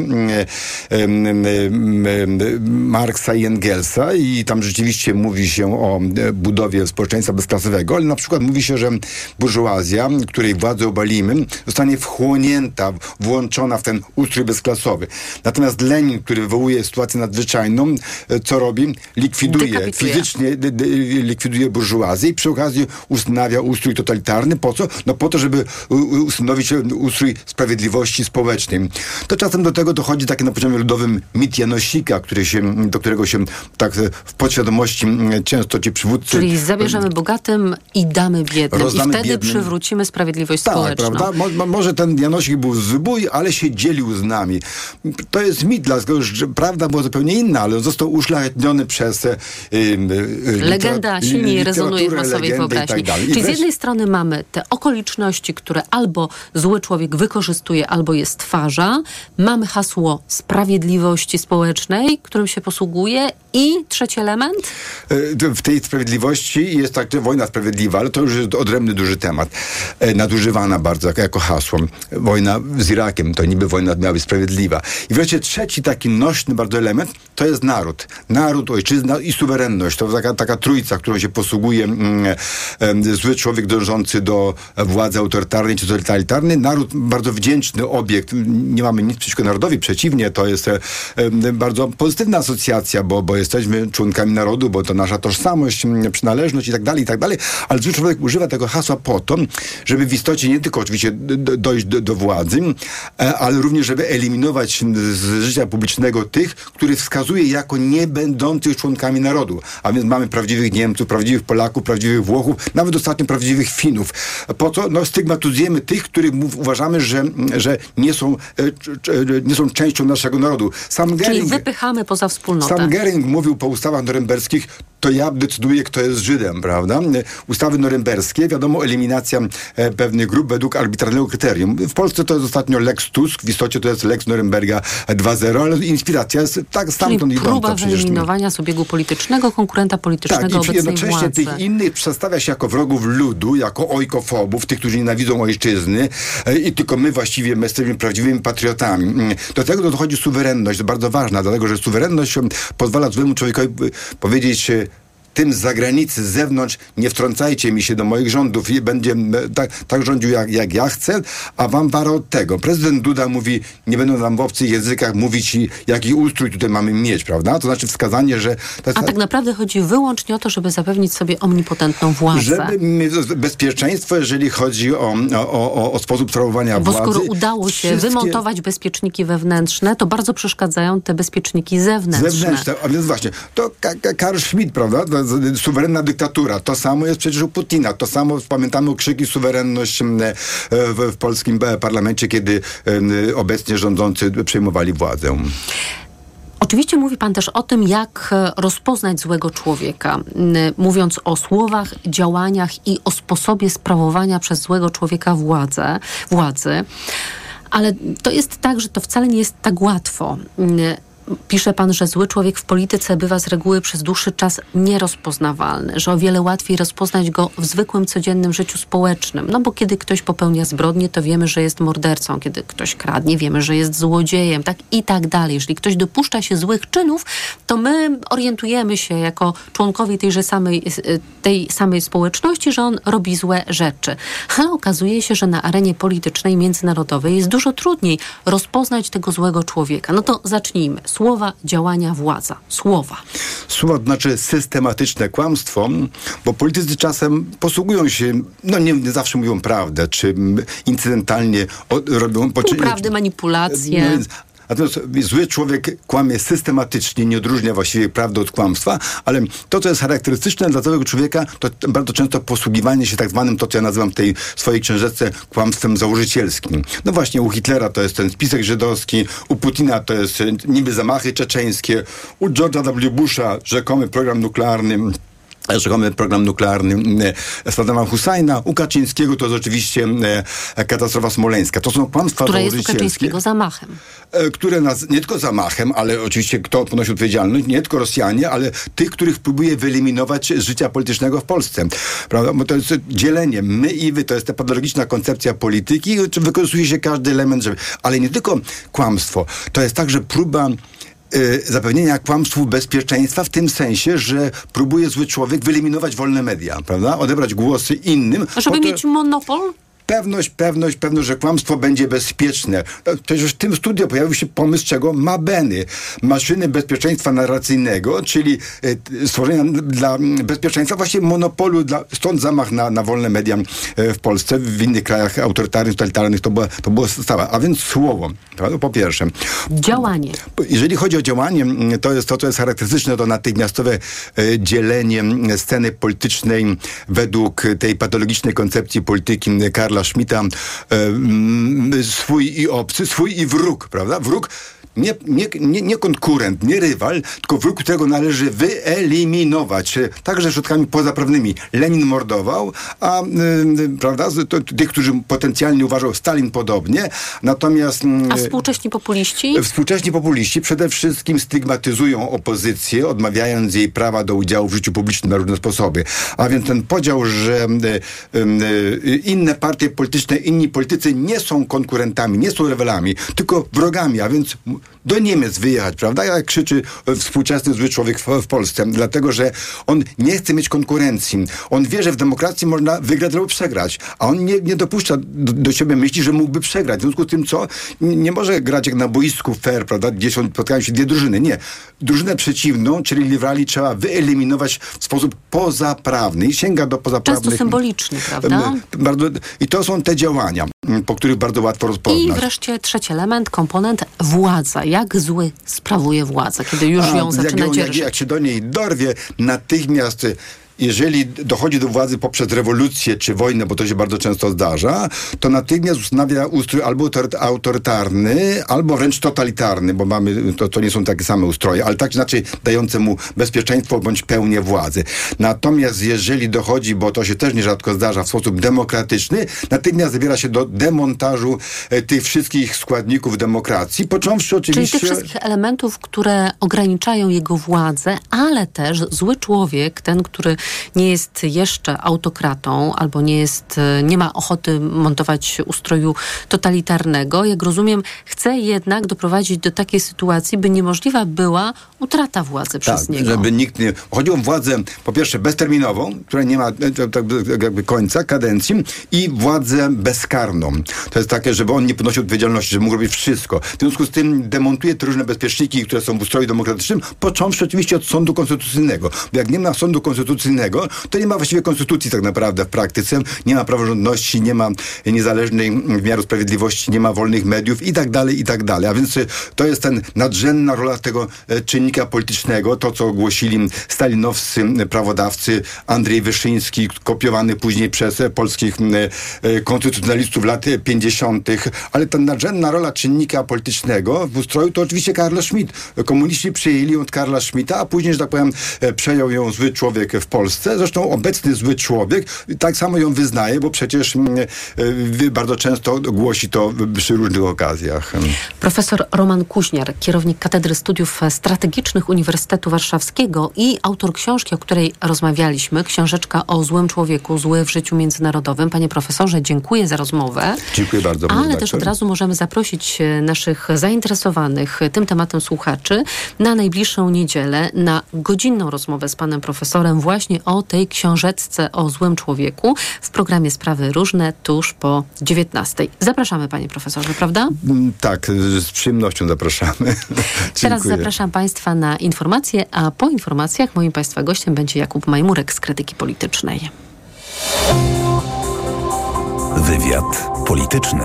Marksa i Engelsa i tam rzeczywiście mówi się o budowie społeczeństwa bezklasowego, ale na przykład mówi się, że burżuazja, której władzę obalimy, zostanie wchłonięta, włączona w ten ustrój bezklasowy. Natomiast Lenin, który wywołuje sytuację nadzwyczajną, co robi? Fizycznie likwiduje burżuazję i przy okazji ustanawia ustrój totalitarny. Po co? No po to, żeby ustanowić ustrój sprawiedliwości społecznej. To czasem do tego dochodzi taki na poziomie ludowym mit Janosika, do którego się tak w podświadomości często ci przywódcy... Czyli zabierzemy bogatym i damy biednym. I wtedy przywrócimy sprawiedliwość społeczną. Prawda? Może ten Janosik był zbój, ale się dzielił z nami. To jest mit, dlatego że prawda była zupełnie inna, ale on został uszlachetniony przez legenda silniej rezonuje w masowej wyobraźni. Czyli z jednej strony mamy te okoliczności, które albo zły człowiek wykorzystuje, albo je stwarza. Mamy hasło sprawiedliwości społecznej, którym się posługuje. I trzeci element? W tej sprawiedliwości jest także wojna sprawiedliwa, ale to już jest odrębny duży temat. Nadużywana bardzo jako hasło. Wojna z Irakiem, to niby wojna miała być sprawiedliwa. I wreszcie trzeci taki nośny bardzo element, to jest naród. Naród, ojczyzna i suwerenność. To taka trójca, którą się posługuje zły człowiek dążący do władzy autorytarnej czy totalitarnej. Naród, bardzo wdzięczny obiekt. Nie mamy nic przeciwko narodowi, przeciwnie, to jest bardzo pozytywna asocjacja, bo jesteśmy członkami narodu, bo to nasza tożsamość, przynależność i tak dalej, ale zły człowiek używa tego hasła po to, żeby w istocie nie tylko oczywiście dojść do władzy, ale również, żeby eliminować z życia publicznego tych, których wskazuje jako nie będących członkami narodu. A więc mamy prawdziwych Niemców, prawdziwych Polaków, prawdziwych Włochów, nawet ostatnio prawdziwych Finów. Po co? No, stygmatyzujemy tych, których uważamy, że nie są częścią naszego narodu. Czyli wypychamy poza wspólnotę. Sam Goering mówił po ustawach norymberskich, to ja decyduję, kto jest Żydem, prawda? Ustawy norymberskie, wiadomo, eliminacja pewnych grup według arbitralnego kryterium. W Polsce to jest ostatnio Lex Tusk, w istocie to jest Lex Norymberga 2.0, ale inspiracja jest tak stamtąd idąca. Próba wyeliminowania z obiegu politycznego konkurenta politycznego obecnej władzy. Tak, i jednocześnie tych innych przedstawia się jako wrogów ludu, jako ojkofobów, tych, którzy nienawidzą ojczyzny i tylko my właściwie jesteśmy prawdziwymi patriotami. Do tego dochodzi suwerenność, to bardzo ważna, dlatego, że suwerenność pozwala złemu człowiekowi powiedzieć tym z zagranicy, z zewnątrz, nie wtrącajcie mi się do moich rządów i będzie tak rządził jak ja chcę, a wam wara od tego. Prezydent Duda mówi, nie będą nam w obcych językach mówić, jaki ustrój tutaj mamy mieć, prawda? To znaczy wskazanie, że... A tak naprawdę chodzi wyłącznie o to, żeby zapewnić sobie omnipotentną władzę. Żeby mieć bezpieczeństwo, jeżeli chodzi o sposób sprawowania władzy. Bo skoro udało się wymontować bezpieczniki wewnętrzne, to bardzo przeszkadzają te bezpieczniki zewnętrzne. A więc właśnie, to Karl Schmitt, prawda? Suwerenna dyktatura. To samo jest przecież u Putina. To samo pamiętamy okrzyki suwerenność w polskim parlamencie, kiedy obecnie rządzący przejmowali władzę. Oczywiście mówi pan też o tym, jak rozpoznać złego człowieka, mówiąc o słowach, działaniach i o sposobie sprawowania przez złego człowieka władzy. Ale to jest tak, że to wcale nie jest tak łatwo. Pisze pan, że zły człowiek w polityce bywa z reguły przez dłuższy czas nierozpoznawalny, że o wiele łatwiej rozpoznać go w zwykłym, codziennym życiu społecznym. No bo kiedy ktoś popełnia zbrodnię, to wiemy, że jest mordercą. Kiedy ktoś kradnie, wiemy, że jest złodziejem, tak i tak dalej. Jeżeli ktoś dopuszcza się złych czynów, to my orientujemy się jako członkowie tej samej społeczności, że on robi złe rzeczy. Ale okazuje się, że na arenie politycznej, międzynarodowej jest dużo trudniej rozpoznać tego złego człowieka. No to zacznijmy. Słowa, działania, władza. Słowa to znaczy systematyczne kłamstwo, bo politycy czasem posługują się, nie zawsze mówią prawdę, czy incydentalnie robią... Półprawdy, manipulacje. Natomiast zły człowiek kłamie systematycznie, nie odróżnia właściwie prawdy od kłamstwa, ale to, co jest charakterystyczne dla całego człowieka, to bardzo często posługiwanie się tak zwanym, to co ja nazywam w tej swojej książeczce, kłamstwem założycielskim. No właśnie, u Hitlera to jest ten spisek żydowski, u Putina to jest niby zamachy czeczeńskie, u George'a W. Busha rzekomy program nuklearny Saddama Husajna, u Kaczyńskiego to jest oczywiście katastrofa smoleńska. To są kłamstwa która założycielskie. Jest u Kaczyńskiego zamachem. Które nie tylko zamachem, ale oczywiście kto ponosi odpowiedzialność, nie tylko Rosjanie, ale tych, których próbuje wyeliminować z życia politycznego w Polsce. Prawda? Bo to jest dzielenie. My i wy, to jest ta patologiczna koncepcja polityki, wykorzystuje się każdy element, ale nie tylko kłamstwo. To jest także próba zapewnienia kłamstwu bezpieczeństwa w tym sensie, że próbuje zły człowiek wyeliminować wolne media, prawda? Odebrać głosy innym. Żeby mieć monopol? Pewność, że kłamstwo będzie bezpieczne. Przecież w tym studiu pojawił się pomysł, czego Mabeny, maszyny bezpieczeństwa narracyjnego, czyli stworzenia dla bezpieczeństwa właśnie monopolu, stąd zamach na wolne media w Polsce. W innych krajach autorytarnych, totalitarnych to było stałe. A więc słowo, prawda? Po pierwsze. Działanie. Jeżeli chodzi o działanie, to jest to, co jest charakterystyczne, to natychmiastowe dzielenie sceny politycznej według tej patologicznej koncepcji polityki Karla Schmitta, swój i obcy, swój i wróg, prawda? Wróg nie konkurent, nie rywal, tylko wróg, którego należy wyeliminować, także środkami pozaprawnymi. Lenin mordował, a prawda, tych, którzy potencjalnie uważał Stalin podobnie, natomiast... A współcześni populiści? Współcześni populiści przede wszystkim stygmatyzują opozycję, odmawiając jej prawa do udziału w życiu publicznym na różne sposoby. A więc ten podział, że inne partie polityczne, inni politycy nie są konkurentami, nie są rywalami, tylko wrogami, a więc do Niemiec wyjechać, prawda? Jak krzyczy współczesny zły człowiek w Polsce. Dlatego, że on nie chce mieć konkurencji. On wie, że w demokracji można wygrać albo przegrać. A on nie dopuszcza do siebie myśli, że mógłby przegrać. W związku z tym, nie może grać jak na boisku fair, prawda? Gdzie spotkają się dwie drużyny. Nie. Drużynę przeciwną, czyli liberali, trzeba wyeliminować w sposób pozaprawny. I sięga do pozaprawnych... Często symboliczny, prawda? I to są te działania, po których bardzo łatwo rozpoznać. I wreszcie trzeci element, komponent władza. Jak zły sprawuje władzę, kiedy już ją zaczyna dzierżyć? Jak się do niej dorwie, natychmiast... Jeżeli dochodzi do władzy poprzez rewolucję czy wojnę, bo to się bardzo często zdarza, to natychmiast ustanawia ustrój albo autorytarny, albo wręcz totalitarny, bo to nie są takie same ustroje, ale tak czy inaczej dające mu bezpieczeństwo bądź pełnię władzy. Natomiast jeżeli dochodzi, bo to się też nierzadko zdarza w sposób demokratyczny, natychmiast zabiera się do demontażu tych wszystkich składników demokracji, począwszy oczywiście... Czyli tych wszystkich elementów, które ograniczają jego władzę, ale też zły człowiek, ten, który nie jest jeszcze autokratą albo nie ma ochoty montować ustroju totalitarnego, jak rozumiem, chce jednak doprowadzić do takiej sytuacji, by niemożliwa była utrata władzy przez niego. Żeby nikt nie... Chodzi o władzę, po pierwsze, bezterminową, która nie ma jakby końca, kadencji, i władzę bezkarną. To jest takie, żeby on nie ponosił odpowiedzialności, żeby mógł robić wszystko. W związku z tym demontuje te różne bezpieczniki, które są w ustroju demokratycznym, począwszy oczywiście od sądu konstytucyjnego. Bo jak nie ma sądu konstytucyjnego, to nie ma właściwie konstytucji tak naprawdę w praktyce, nie ma praworządności, nie ma niezależnej wymiaru sprawiedliwości, nie ma wolnych mediów i tak dalej, i tak dalej. A więc to jest ten nadrzędna rola tego czynnika politycznego, to co ogłosili stalinowscy prawodawcy, Andrzej Wyszyński, kopiowany później przez polskich konstytucjonalistów lat 50., ale ta nadrzędna rola czynnika politycznego w ustroju to oczywiście Carl Schmitt. Komuniści przyjęli ją od Carla Schmitta, a później, że tak powiem, przejął ją zły człowiek w Polsce. Zresztą obecny zły człowiek tak samo ją wyznaje, bo przecież bardzo często głosi to przy różnych okazjach. Profesor Roman Kuźniar, kierownik Katedry Studiów Strategicznych Uniwersytetu Warszawskiego i autor książki, o której rozmawialiśmy, książeczka o złym człowieku, zły w życiu międzynarodowym. Panie profesorze, dziękuję za rozmowę. Dziękuję bardzo. Ale też od razu możemy zaprosić naszych zainteresowanych tym tematem słuchaczy na najbliższą niedzielę na godzinną rozmowę z panem profesorem właśnie o tej książeczce o złym człowieku w programie Sprawy Różne tuż po 19:00. Zapraszamy, panie profesorze, prawda? Tak, z przyjemnością zapraszamy. Teraz zapraszam państwa na informacje, a po informacjach moim państwa gościem będzie Jakub Majmurek z Krytyki Politycznej. Wywiad polityczny.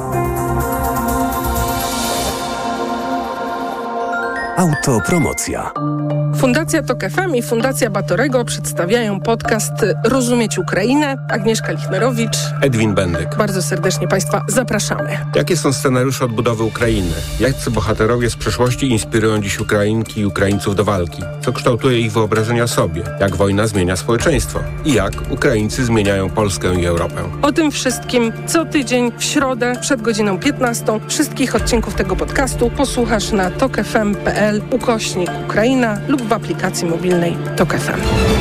Autopromocja. Fundacja TOK FM i Fundacja Batorego przedstawiają podcast Rozumieć Ukrainę. Agnieszka Lichnerowicz. Edwin Bendyk. Bardzo serdecznie państwa zapraszamy. Jakie są scenariusze odbudowy Ukrainy? Jacy bohaterowie z przeszłości inspirują dziś Ukrainki i Ukraińców do walki? Co kształtuje ich wyobrażenia o sobie? Jak wojna zmienia społeczeństwo? I jak Ukraińcy zmieniają Polskę i Europę? O tym wszystkim co tydzień w środę przed godziną 15:00. Wszystkich odcinków tego podcastu posłuchasz na tokfm.pl/Ukraina lub w aplikacji mobilnej TOK FM.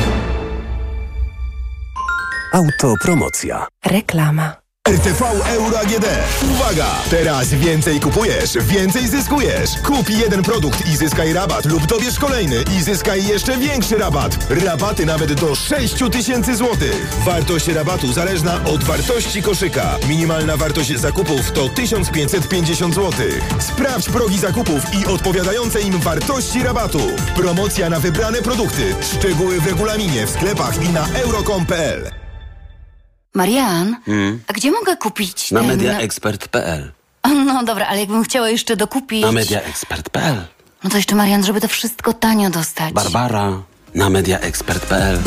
Autopromocja. Reklama. RTV Euro AGD. Uwaga! Teraz więcej kupujesz, więcej zyskujesz. Kup jeden produkt i zyskaj rabat lub dobierz kolejny i zyskaj jeszcze większy rabat. Rabaty nawet do 6 000 złotych. Wartość rabatu zależna od wartości koszyka. Minimalna wartość zakupów to 1550 zł. Sprawdź progi zakupów i odpowiadające im wartości rabatu. Promocja na wybrane produkty. Szczegóły w regulaminie, w sklepach i na euro.com.pl. Marian, a gdzie mogę kupić Na mediaexpert.pl. No dobra, ale jakbym chciała jeszcze dokupić... Na mediaexpert.pl. No to jeszcze, Marian, żeby to wszystko tanio dostać. Barbara, na mediaexpert.pl.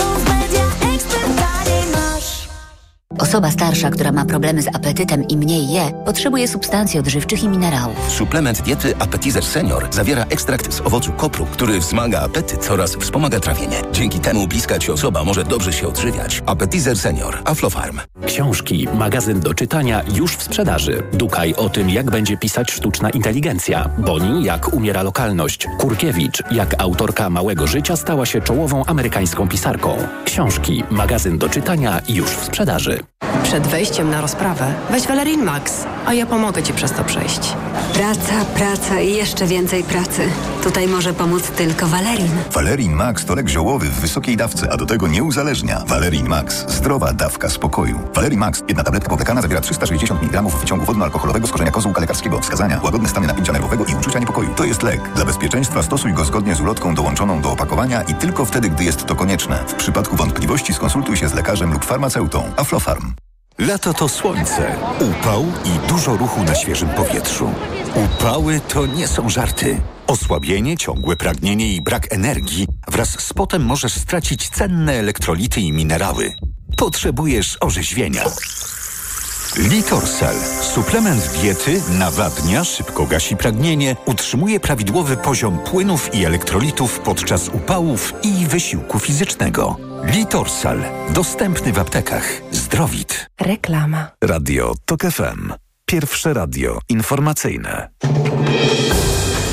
Osoba starsza, która ma problemy z apetytem i mniej je, potrzebuje substancji odżywczych i minerałów. Suplement diety Appetizer Senior zawiera ekstrakt z owocu kopru, który wzmaga apetyt oraz wspomaga trawienie. Dzięki temu bliska ci osoba może dobrze się odżywiać. Appetizer Senior. Aflofarm. Książki, magazyn do czytania już w sprzedaży. Dukaj o tym, jak będzie pisać sztuczna inteligencja. Boni, jak umiera lokalność. Kurkiewicz, jak autorka Małego Życia stała się czołową amerykańską pisarką. Książki, magazyn do czytania już w sprzedaży. Przed wejściem na rozprawę weź Valerin Max, a ja pomogę ci przez to przejść. Praca i jeszcze więcej pracy. Tutaj może pomóc tylko Valerin. Valerin Max to lek ziołowy w wysokiej dawce, a do tego nie uzależnia. Valerin Max. Zdrowa dawka spokoju. Valerin Max. Jedna tabletka powlekana zawiera 360 mg wyciągu wodno-alkoholowego z korzenia kozłka lekarskiego. Wskazania: łagodne stany napięcia nerwowego i uczucia niepokoju. To jest lek. Dla bezpieczeństwa stosuj go zgodnie z ulotką dołączoną do opakowania i tylko wtedy, gdy jest to konieczne. W przypadku wątpliwości skonsultuj się z lekarzem lub farmaceutą. Aflofarm. Lato to słońce, upał i dużo ruchu na świeżym powietrzu. Upały to nie są żarty. Osłabienie, ciągłe pragnienie i brak energii wraz z potem możesz stracić cenne elektrolity i minerały. Potrzebujesz orzeźwienia. Litorsal. Suplement diety nawadnia, szybko gasi pragnienie, utrzymuje prawidłowy poziom płynów i elektrolitów podczas upałów i wysiłku fizycznego. Litorsal. Dostępny w aptekach. Zdrowit. Reklama. Radio TOK FM. Pierwsze radio informacyjne.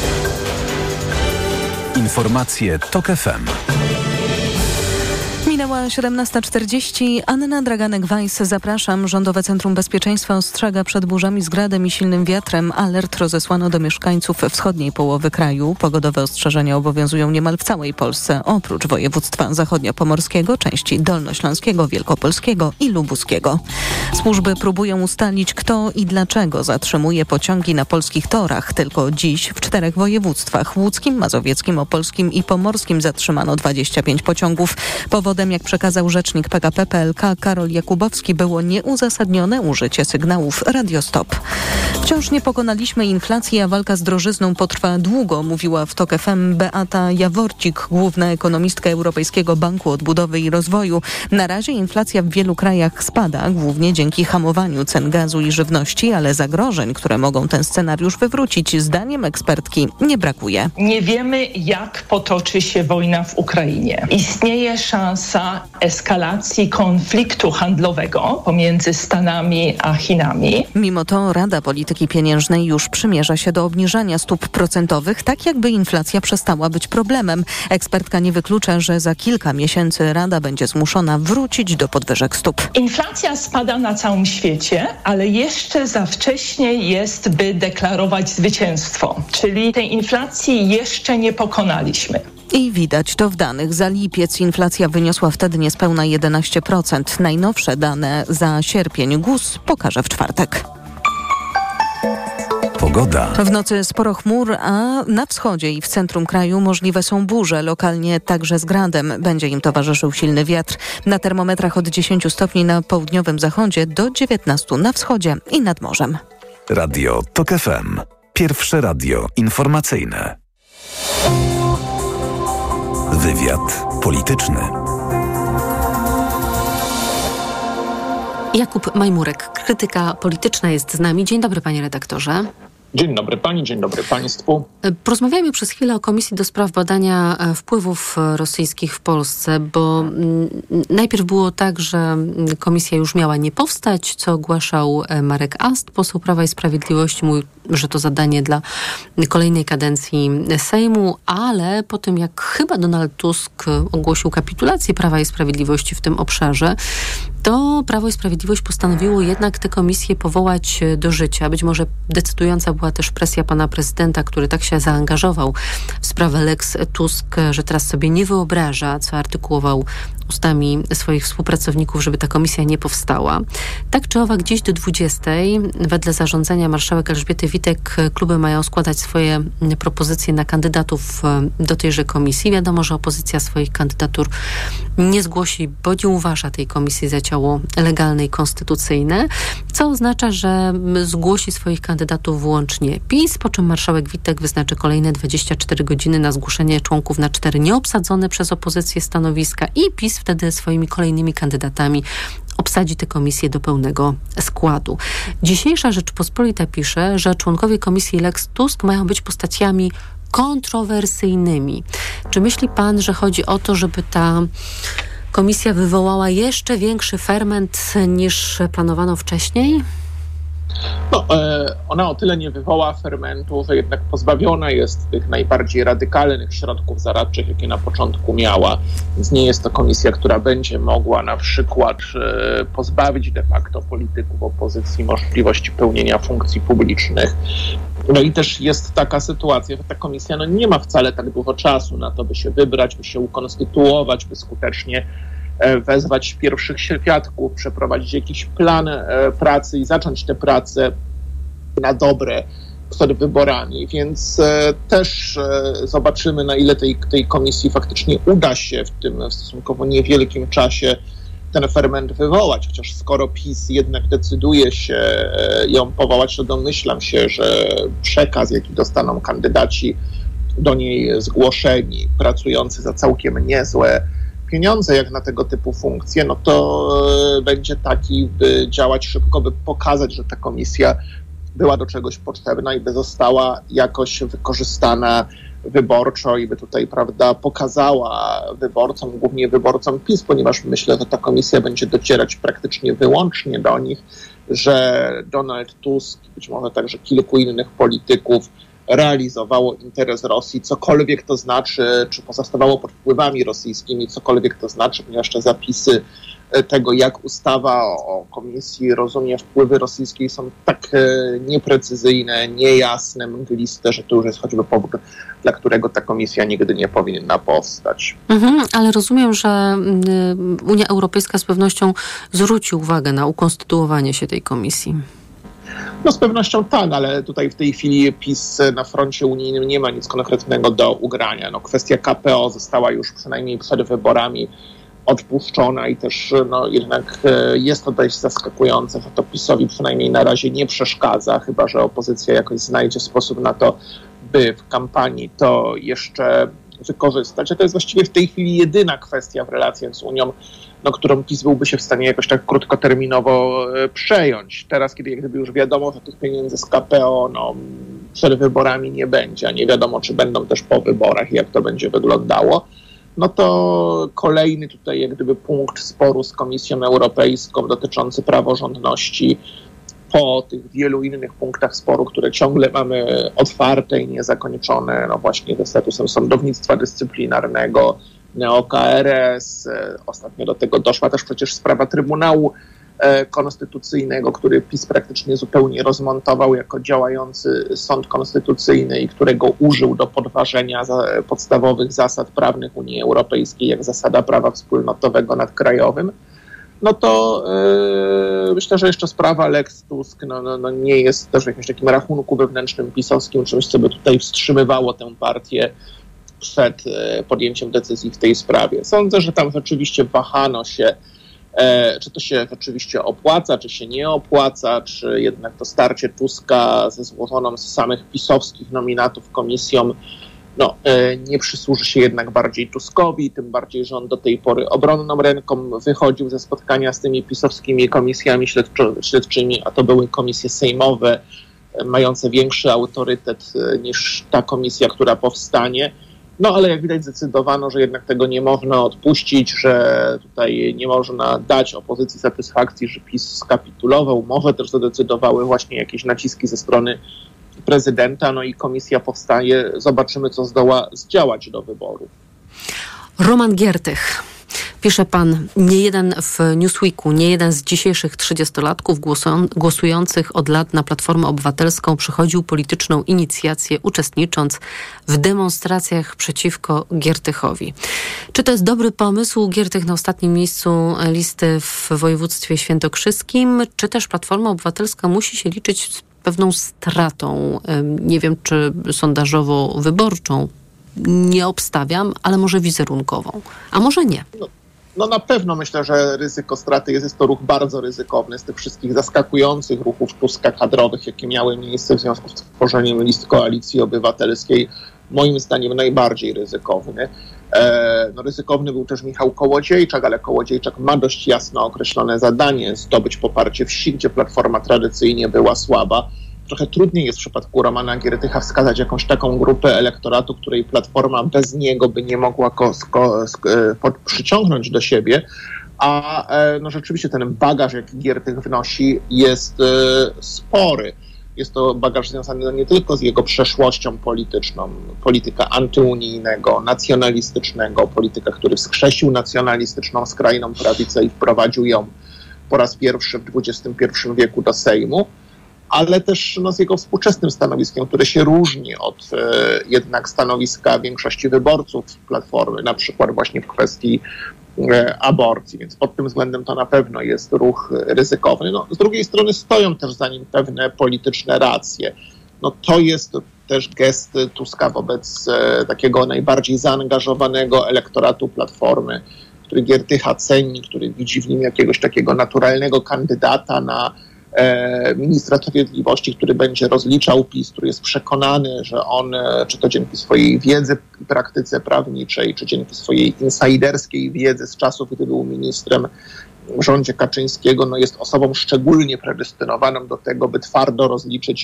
Informacje TOK FM. Minęła Minęła 17:40. Anna Draganek-Weiss, zapraszam. Rządowe Centrum Bezpieczeństwa ostrzega przed burzami z gradem i silnym wiatrem. Alert rozesłano do mieszkańców wschodniej połowy kraju. Pogodowe ostrzeżenia obowiązują niemal w całej Polsce, oprócz województwa zachodniopomorskiego, części dolnośląskiego, wielkopolskiego i lubuskiego. Służby próbują ustalić, kto i dlaczego zatrzymuje pociągi na polskich torach. Tylko dziś w 4 województwach: łódzkim, mazowieckim, opolskim i pomorskim zatrzymano 25 pociągów. Powodem, jak przekazał rzecznik PKP PLK Karol Jakubowski, było nieuzasadnione użycie sygnałów radiostop. Wciąż nie pokonaliśmy inflacji, a walka z drożyzną potrwa długo, mówiła w TOK FM Beata Jaworcik, główna ekonomistka Europejskiego Banku Odbudowy i Rozwoju. Na razie inflacja w wielu krajach spada, głównie dzięki hamowaniu cen gazu i żywności, ale zagrożeń, które mogą ten scenariusz wywrócić, zdaniem ekspertki nie brakuje. Nie wiemy, jak potoczy się wojna w Ukrainie. Istnieje szansa eskalacji konfliktu handlowego pomiędzy Stanami a Chinami. Mimo to Rada Polityki Pieniężnej już przymierza się do obniżania stóp procentowych, tak jakby inflacja przestała być problemem. Ekspertka nie wyklucza, że za kilka miesięcy Rada będzie zmuszona wrócić do podwyżek stóp. Inflacja spada na całym świecie, ale jeszcze za wcześnie jest, by deklarować zwycięstwo. Czyli tej inflacji jeszcze nie pokonaliśmy. I widać to w danych. Za lipiec inflacja wyniosła wtedy niespełna 11%. Najnowsze dane za sierpień GUS pokaże w czwartek. Pogoda. W nocy sporo chmur, a na wschodzie i w centrum kraju możliwe są burze, lokalnie także z gradem. Będzie im towarzyszył silny wiatr. Na termometrach od 10 stopni na południowym zachodzie do 19 na wschodzie i nad morzem. Radio TOK FM. Pierwsze radio informacyjne. Wywiad polityczny. Jakub Majmurek, krytyka polityczna, jest z nami. Dzień dobry, panie redaktorze. Dzień dobry pani, dzień dobry państwu. Porozmawiajmy przez chwilę o Komisji do Spraw Badania Wpływów Rosyjskich w Polsce, bo najpierw było tak, że komisja już miała nie powstać, co ogłaszał Marek Ast, poseł Prawa i Sprawiedliwości, mówił, że to zadanie dla kolejnej kadencji Sejmu, ale po tym, jak chyba Donald Tusk ogłosił kapitulację Prawa i Sprawiedliwości w tym obszarze, to Prawo i Sprawiedliwość postanowiło jednak tę komisję powołać do życia. Być może decydująca była też presja pana prezydenta, który tak się zaangażował w sprawę Lex Tusk, że teraz sobie nie wyobraża, co artykułował ustami swoich współpracowników, żeby ta komisja nie powstała. Tak czy owak, dziś do 20:00 wedle zarządzenia marszałek Elżbiety Witek kluby mają składać swoje propozycje na kandydatów do tejże komisji. Wiadomo, że opozycja swoich kandydatur nie zgłosi, bo nie uważa tej komisji za ciało legalne i konstytucyjne, co oznacza, że zgłosi swoich kandydatów wyłącznie PiS, po czym marszałek Witek wyznaczy kolejne 24 godziny na zgłoszenie członków na 4 nieobsadzone przez opozycję stanowiska i PiS wtedy swoimi kolejnymi kandydatami obsadzi tę komisję do pełnego składu. Dzisiejsza Rzeczpospolita pisze, że członkowie komisji Lex Tusk mają być postaciami kontrowersyjnymi. Czy myśli pan, że chodzi o to, żeby ta komisja wywołała jeszcze większy ferment niż planowano wcześniej? No, ona o tyle nie wywoła fermentu, że jednak pozbawiona jest tych najbardziej radykalnych środków zaradczych, jakie na początku miała. Więc nie jest to komisja, która będzie mogła na przykład pozbawić de facto polityków opozycji możliwości pełnienia funkcji publicznych. No i też jest taka sytuacja, że ta komisja nie ma wcale tak dużo czasu na to, by się wybrać, by się ukonstytuować, by skutecznie wezwać pierwszych świadków, przeprowadzić jakiś plan pracy i zacząć tę pracę na dobre przed wyborami, więc też zobaczymy, na ile tej komisji faktycznie uda się w tym stosunkowo niewielkim czasie ten ferment wywołać, chociaż skoro PiS jednak decyduje się ją powołać, to domyślam się, że przekaz, jaki dostaną kandydaci do niej zgłoszeni, pracujący za całkiem niezłe pieniądze jak na tego typu funkcje, no to będzie taki, by działać szybko, by pokazać, że ta komisja była do czegoś potrzebna i by została jakoś wykorzystana wyborczo i by tutaj, prawda, pokazała wyborcom, głównie wyborcom PiS, ponieważ myślę, że ta komisja będzie docierać praktycznie wyłącznie do nich, że Donald Tusk, być może także kilku innych polityków realizowało interes Rosji, cokolwiek to znaczy, czy pozostawało pod wpływami rosyjskimi, cokolwiek to znaczy, ponieważ te zapisy tego, jak ustawa o komisji rozumie wpływy rosyjskie, są tak nieprecyzyjne, niejasne, mgliste, że to już jest choćby powód, dla którego ta komisja nigdy nie powinna powstać. Ale rozumiem, że Unia Europejska z pewnością zwróci uwagę na ukonstytuowanie się tej komisji. No z pewnością tak, ale tutaj w tej chwili PiS na froncie unijnym nie ma nic konkretnego do ugrania. No, kwestia KPO została już przynajmniej przed wyborami odpuszczona i też jednak jest to dość zaskakujące, że to PiS-owi przynajmniej na razie nie przeszkadza, chyba że opozycja jakoś znajdzie sposób na to, by w kampanii to jeszcze wykorzystać. A to jest właściwie w tej chwili jedyna kwestia w relacjach z Unią, którą PiS byłby się w stanie jakoś tak krótkoterminowo przejąć. Teraz, kiedy jak gdyby już wiadomo, że tych pieniędzy z KPO przed wyborami nie będzie, a nie wiadomo, czy będą też po wyborach i jak to będzie wyglądało, no to kolejny tutaj jak gdyby punkt sporu z Komisją Europejską dotyczący praworządności po tych wielu innych punktach sporu, które ciągle mamy otwarte i niezakończone, właśnie ze statusem sądownictwa dyscyplinarnego, neo-KRS. Ostatnio do tego doszła też przecież sprawa Trybunału Konstytucyjnego, który PiS praktycznie zupełnie rozmontował jako działający sąd konstytucyjny i którego użył do podważenia podstawowych zasad prawnych Unii Europejskiej, jak zasada prawa wspólnotowego nad krajowym. No to myślę, że jeszcze sprawa Lex Tusk nie jest też w jakimś takim rachunku wewnętrznym pisowskim, czymś, co by tutaj wstrzymywało tę partię przed podjęciem decyzji w tej sprawie. Sądzę, że tam rzeczywiście wahano się, czy to się rzeczywiście opłaca, czy się nie opłaca, czy jednak to starcie Tuska ze złożoną z samych pisowskich nominatów komisją nie przysłuży się jednak bardziej Tuskowi, tym bardziej, że on do tej pory obronną ręką wychodził ze spotkania z tymi pisowskimi komisjami śledczymi, a to były komisje sejmowe, mające większy autorytet niż ta komisja, która powstanie. Ale jak widać zdecydowano, że jednak tego nie można odpuścić, że tutaj nie można dać opozycji satysfakcji, że PiS skapitulował. Może też zadecydowały właśnie jakieś naciski ze strony prezydenta, i komisja powstaje. Zobaczymy, co zdoła zdziałać do wyborów. Roman Giertych. Pisze pan, w Newsweeku, nie jeden z dzisiejszych 30-latków głosujących od lat na Platformę Obywatelską przechodził polityczną inicjację, uczestnicząc w demonstracjach przeciwko Giertychowi. Czy to jest dobry pomysł? Giertych na ostatnim miejscu listy w województwie świętokrzyskim, czy też Platforma Obywatelska musi się liczyć z pewną stratą, nie wiem, czy sondażowo-wyborczą, nie obstawiam, ale może wizerunkową, a może nie. Na pewno myślę, że ryzyko straty jest to ruch bardzo ryzykowny z tych wszystkich zaskakujących ruchów Tuska kadrowych, jakie miały miejsce w związku z tworzeniem list Koalicji Obywatelskiej. Moim zdaniem najbardziej ryzykowny. Ryzykowny był też Michał Kołodziejczak, ale Kołodziejczak ma dość jasno określone zadanie zdobyć poparcie wsi, gdzie Platforma tradycyjnie była słaba. Trochę trudniej jest w przypadku Romana Giertycha wskazać jakąś taką grupę elektoratu, której Platforma bez niego by nie mogła przyciągnąć do siebie, a rzeczywiście ten bagaż, jaki Giertych wnosi, jest spory. Jest to bagaż związany nie tylko z jego przeszłością polityczną, polityka antyunijnego, nacjonalistycznego, polityka, który wskrzesił nacjonalistyczną skrajną prawicę i wprowadził ją po raz pierwszy w XXI wieku do Sejmu, ale też z jego współczesnym stanowiskiem, które się różni od jednak stanowiska większości wyborców Platformy, na przykład właśnie w kwestii aborcji, więc pod tym względem to na pewno jest ruch ryzykowny. Z drugiej strony stoją też za nim pewne polityczne racje. To jest też gest Tuska wobec takiego najbardziej zaangażowanego elektoratu Platformy, który Giertycha ceni, który widzi w nim jakiegoś takiego naturalnego kandydata na ministra sprawiedliwości, który będzie rozliczał PiS, który jest przekonany, że on, czy to dzięki swojej wiedzy i praktyce prawniczej, czy dzięki swojej insajderskiej wiedzy z czasów, gdy był ministrem w rządzie Kaczyńskiego, jest osobą szczególnie predestynowaną do tego, by twardo rozliczyć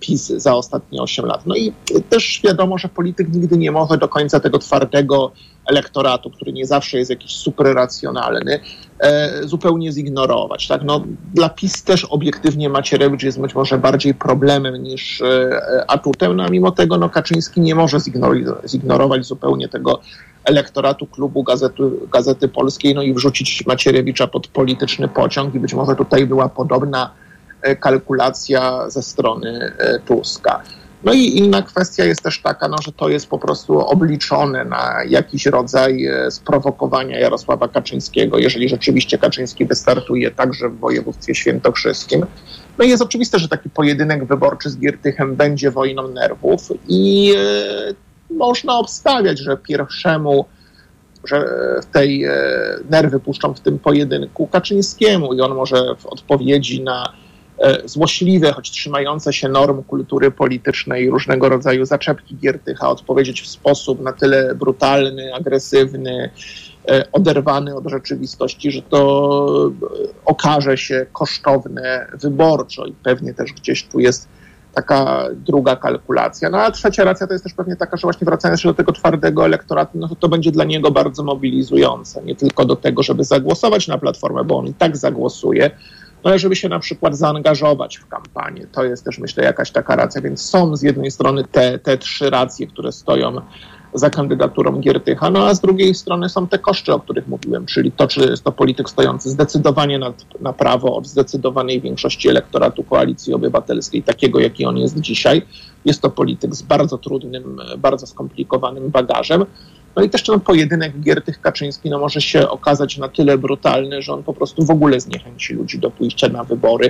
PiS za ostatnie 8 lat. No i też wiadomo, że polityk nigdy nie może do końca tego twardego elektoratu, który nie zawsze jest jakiś super racjonalny, zupełnie zignorować. Tak? No, dla PiS też obiektywnie Macierewicz jest być może bardziej problemem niż atutem, no a mimo tego Kaczyński nie może zignorować zupełnie tego elektoratu klubu Gazety Polskiej, no i wrzucić Macierewicza pod polityczny pociąg i być może tutaj była podobna kalkulacja ze strony Tuska. No i inna kwestia jest też taka, że to jest po prostu obliczone na jakiś rodzaj sprowokowania Jarosława Kaczyńskiego, jeżeli rzeczywiście Kaczyński wystartuje także w województwie świętokrzyskim. No i jest oczywiste, że taki pojedynek wyborczy z Giertychem będzie wojną nerwów i można obstawiać, że pierwszemu, że tej nerwy puszczą w tym pojedynku Kaczyńskiemu i on może w odpowiedzi na złośliwe, choć trzymające się norm kultury politycznej różnego rodzaju zaczepki Giertycha odpowiedzieć w sposób na tyle brutalny, agresywny, oderwany od rzeczywistości, że to okaże się kosztowne wyborczo i pewnie też gdzieś tu jest taka druga kalkulacja. No a trzecia racja to jest też pewnie taka, że właśnie wracając się do tego twardego elektoratu, to będzie dla niego bardzo mobilizujące. Nie tylko do tego, żeby zagłosować na Platformę, bo on i tak zagłosuje, ale żeby się na przykład zaangażować w kampanię. To jest też, myślę, jakaś taka racja. Więc są z jednej strony te trzy racje, które stoją za kandydaturą Giertycha, a z drugiej strony są te koszty, o których mówiłem, czyli to, czy jest to polityk stojący zdecydowanie na prawo od zdecydowanej większości elektoratu Koalicji Obywatelskiej, takiego, jaki on jest dzisiaj. Jest to polityk z bardzo trudnym, bardzo skomplikowanym bagażem. No i też ten pojedynek Giertych-Kaczyński może się okazać na tyle brutalny, że on po prostu w ogóle zniechęci ludzi do pójścia na wybory,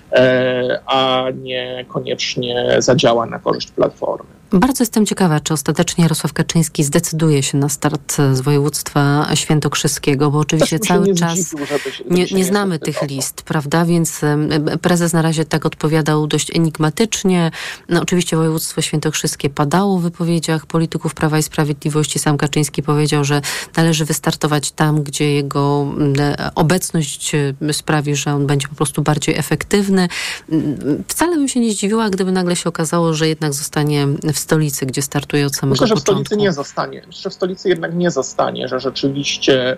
a nie koniecznie zadziała na korzyść Platformy. Bardzo jestem ciekawa, czy ostatecznie Jarosław Kaczyński zdecyduje się na start z województwa świętokrzyskiego, bo oczywiście cały czas nie znamy tych list, prawda? Więc prezes na razie tak odpowiadał dość enigmatycznie. No, oczywiście województwo świętokrzyskie padało w wypowiedziach polityków Prawa i Sprawiedliwości. Sam Kaczyński powiedział, że należy wystartować tam, gdzie jego obecność sprawi, że on będzie po prostu bardziej efektywny. Wcale bym się nie zdziwiła, gdyby nagle się okazało, że jednak zostanie w stolicy, gdzie startuje od samego początku. Myślę, że w stolicy nie zostanie. Myślę, że w stolicy jednak nie zostanie, że rzeczywiście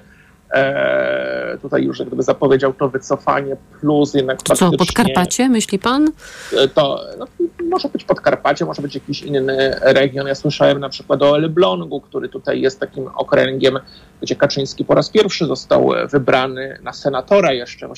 tutaj już gdyby zapowiedział to wycofanie plus jednak faktycznie... Co, Podkarpacie, myśli pan? To może być Podkarpacie, może być jakiś inny region. Ja słyszałem na przykład o Elblągu, który tutaj jest takim okręgiem, gdzie Kaczyński po raz pierwszy został wybrany na senatora jeszcze w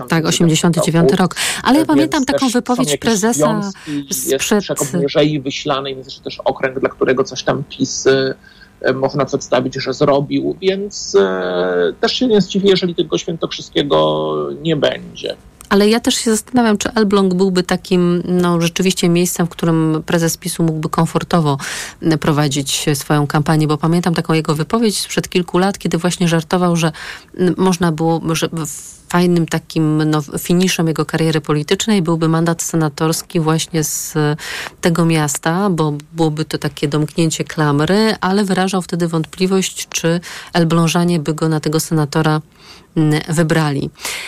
89 rok. Ale ja pamiętam taką wypowiedź prezesa sprzed... Jest Mierzei Wyślanej, jest też okręg, dla którego coś tam PiS można przedstawić, że zrobił, więc też się nie zdziwię, jeżeli tego świętokrzyskiego nie będzie. Ale ja też się zastanawiam, czy Elbląg byłby takim rzeczywiście miejscem, w którym prezes PiS-u mógłby komfortowo prowadzić swoją kampanię, bo pamiętam taką jego wypowiedź sprzed kilku lat, kiedy właśnie żartował, że można było, że fajnym takim finiszem jego kariery politycznej byłby mandat senatorski właśnie z tego miasta, bo byłoby to takie domknięcie klamry, ale wyrażał wtedy wątpliwość, czy Elblążanie by go na tego senatora wybrali.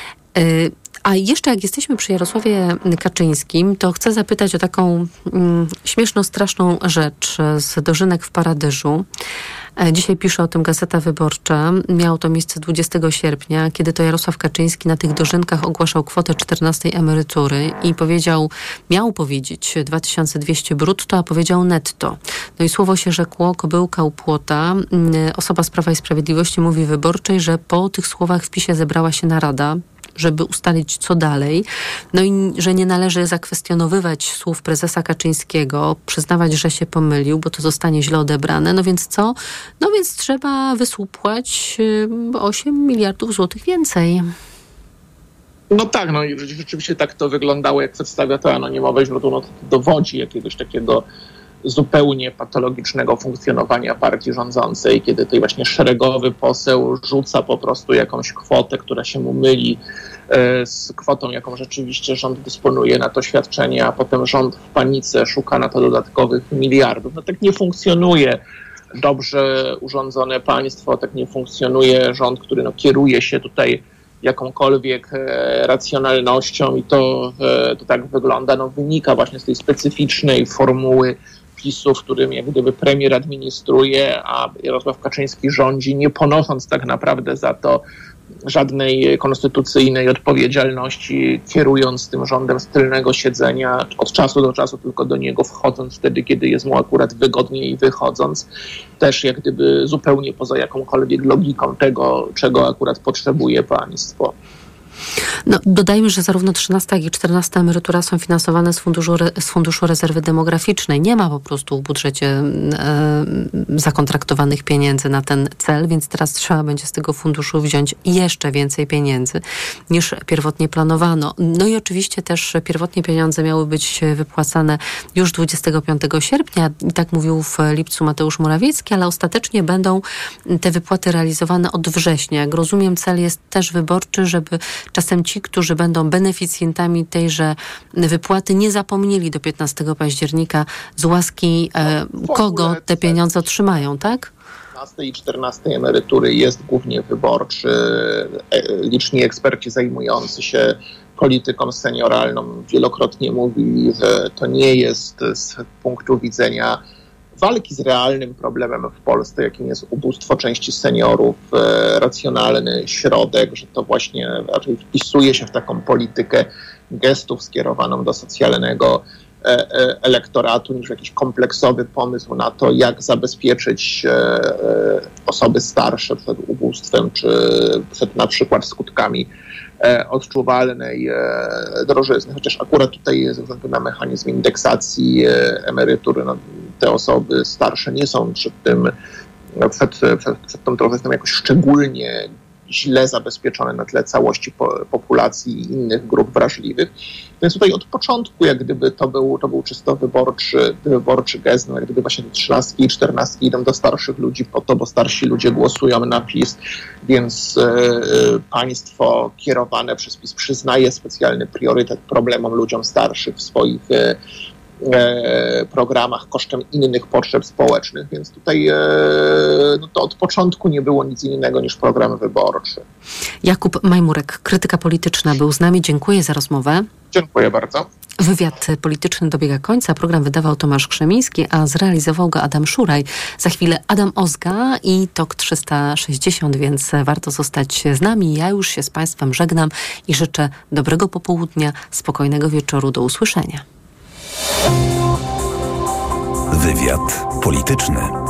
A jeszcze jak jesteśmy przy Jarosławie Kaczyńskim, to chcę zapytać o taką śmieszną, straszną rzecz z dożynek w Paradyżu. Dzisiaj pisze o tym Gazeta Wyborcza. Miało to miejsce 20 sierpnia, kiedy to Jarosław Kaczyński na tych dożynkach ogłaszał kwotę 14 emerytury i miał powiedzieć 2200 brutto, a powiedział netto. No i słowo się rzekło, kobyłka u płota. Osoba z Prawa i Sprawiedliwości mówi Wyborczej, że po tych słowach w PiS-ie zebrała się narada, żeby ustalić, co dalej. No i że nie należy zakwestionowywać słów prezesa Kaczyńskiego, przyznawać, że się pomylił, bo to zostanie źle odebrane. No więc co? No więc trzeba wysłupłać 8 miliardów złotych więcej. No tak, i rzeczywiście tak to wyglądało, jak przedstawia to anonimowe źródło, to dowodzi jakiegoś takiego zupełnie patologicznego funkcjonowania partii rządzącej, kiedy tutaj właśnie szeregowy poseł rzuca po prostu jakąś kwotę, która się mu myli z kwotą, jaką rzeczywiście rząd dysponuje na to świadczenie, a potem rząd w panice szuka na to dodatkowych miliardów. No tak nie funkcjonuje dobrze urządzone państwo, tak nie funkcjonuje rząd, który kieruje się tutaj jakąkolwiek racjonalnością i to tak wygląda, wynika właśnie z tej specyficznej formuły PiS-u, w którym jak gdyby premier administruje, a Jarosław Kaczyński rządzi, nie ponosząc tak naprawdę za to żadnej konstytucyjnej odpowiedzialności, kierując tym rządem z tylnego siedzenia, od czasu do czasu tylko do niego wchodząc wtedy, kiedy jest mu akurat wygodniej i wychodząc, też jak gdyby zupełnie poza jakąkolwiek logiką tego, czego akurat potrzebuje państwo. Dodajmy, że zarówno 13, jak i 14 emerytura są finansowane z Funduszu Rezerwy Demograficznej. Nie ma po prostu w budżecie zakontraktowanych pieniędzy na ten cel, więc teraz trzeba będzie z tego funduszu wziąć jeszcze więcej pieniędzy niż pierwotnie planowano. I oczywiście też pierwotnie pieniądze miały być wypłacane już 25 sierpnia. I tak mówił w lipcu Mateusz Morawiecki, ale ostatecznie będą te wypłaty realizowane od września. Jak rozumiem, cel jest też wyborczy, żeby czasem ci, którzy będą beneficjentami tejże wypłaty, nie zapomnieli do 15 października z łaski kogo te pieniądze otrzymają, tak? 13 i 14 emerytury jest głównie wyborczy. Liczni eksperci zajmujący się polityką senioralną wielokrotnie mówili, że to nie jest z punktu widzenia walki z realnym problemem w Polsce, jakim jest ubóstwo części seniorów, racjonalny środek, że to właśnie raczej wpisuje się w taką politykę gestów skierowaną do socjalnego elektoratu niż jakiś kompleksowy pomysł na to, jak zabezpieczyć osoby starsze przed ubóstwem, czy przed na przykład skutkami odczuwalnej drożyzny. Chociaż akurat tutaj ze względu na mechanizm indeksacji emerytury te osoby starsze nie są przed tą drożyzną jakoś szczególnie źle zabezpieczone na tle całości populacji i innych grup wrażliwych. Więc tutaj od początku jak gdyby to był czysto wyborczy gest, jak gdyby właśnie 13 i 14 idą do starszych ludzi po to, bo starsi ludzie głosują na PiS, więc państwo kierowane przez PiS przyznaje specjalny priorytet problemom ludziom starszych w swoich programach kosztem innych potrzeb społecznych, więc tutaj to od początku nie było nic innego niż program wyborczy. Jakub Majmurek, krytyka polityczna, był z nami. Dziękuję za rozmowę. Dziękuję bardzo. Wywiad polityczny dobiega końca. Program wydawał Tomasz Krzemiński, a zrealizował go Adam Szuraj. Za chwilę Adam Ozga i TOK 360, więc warto zostać z nami. Ja już się z Państwem żegnam i życzę dobrego popołudnia, spokojnego wieczoru. Do usłyszenia. Wywiad polityczny.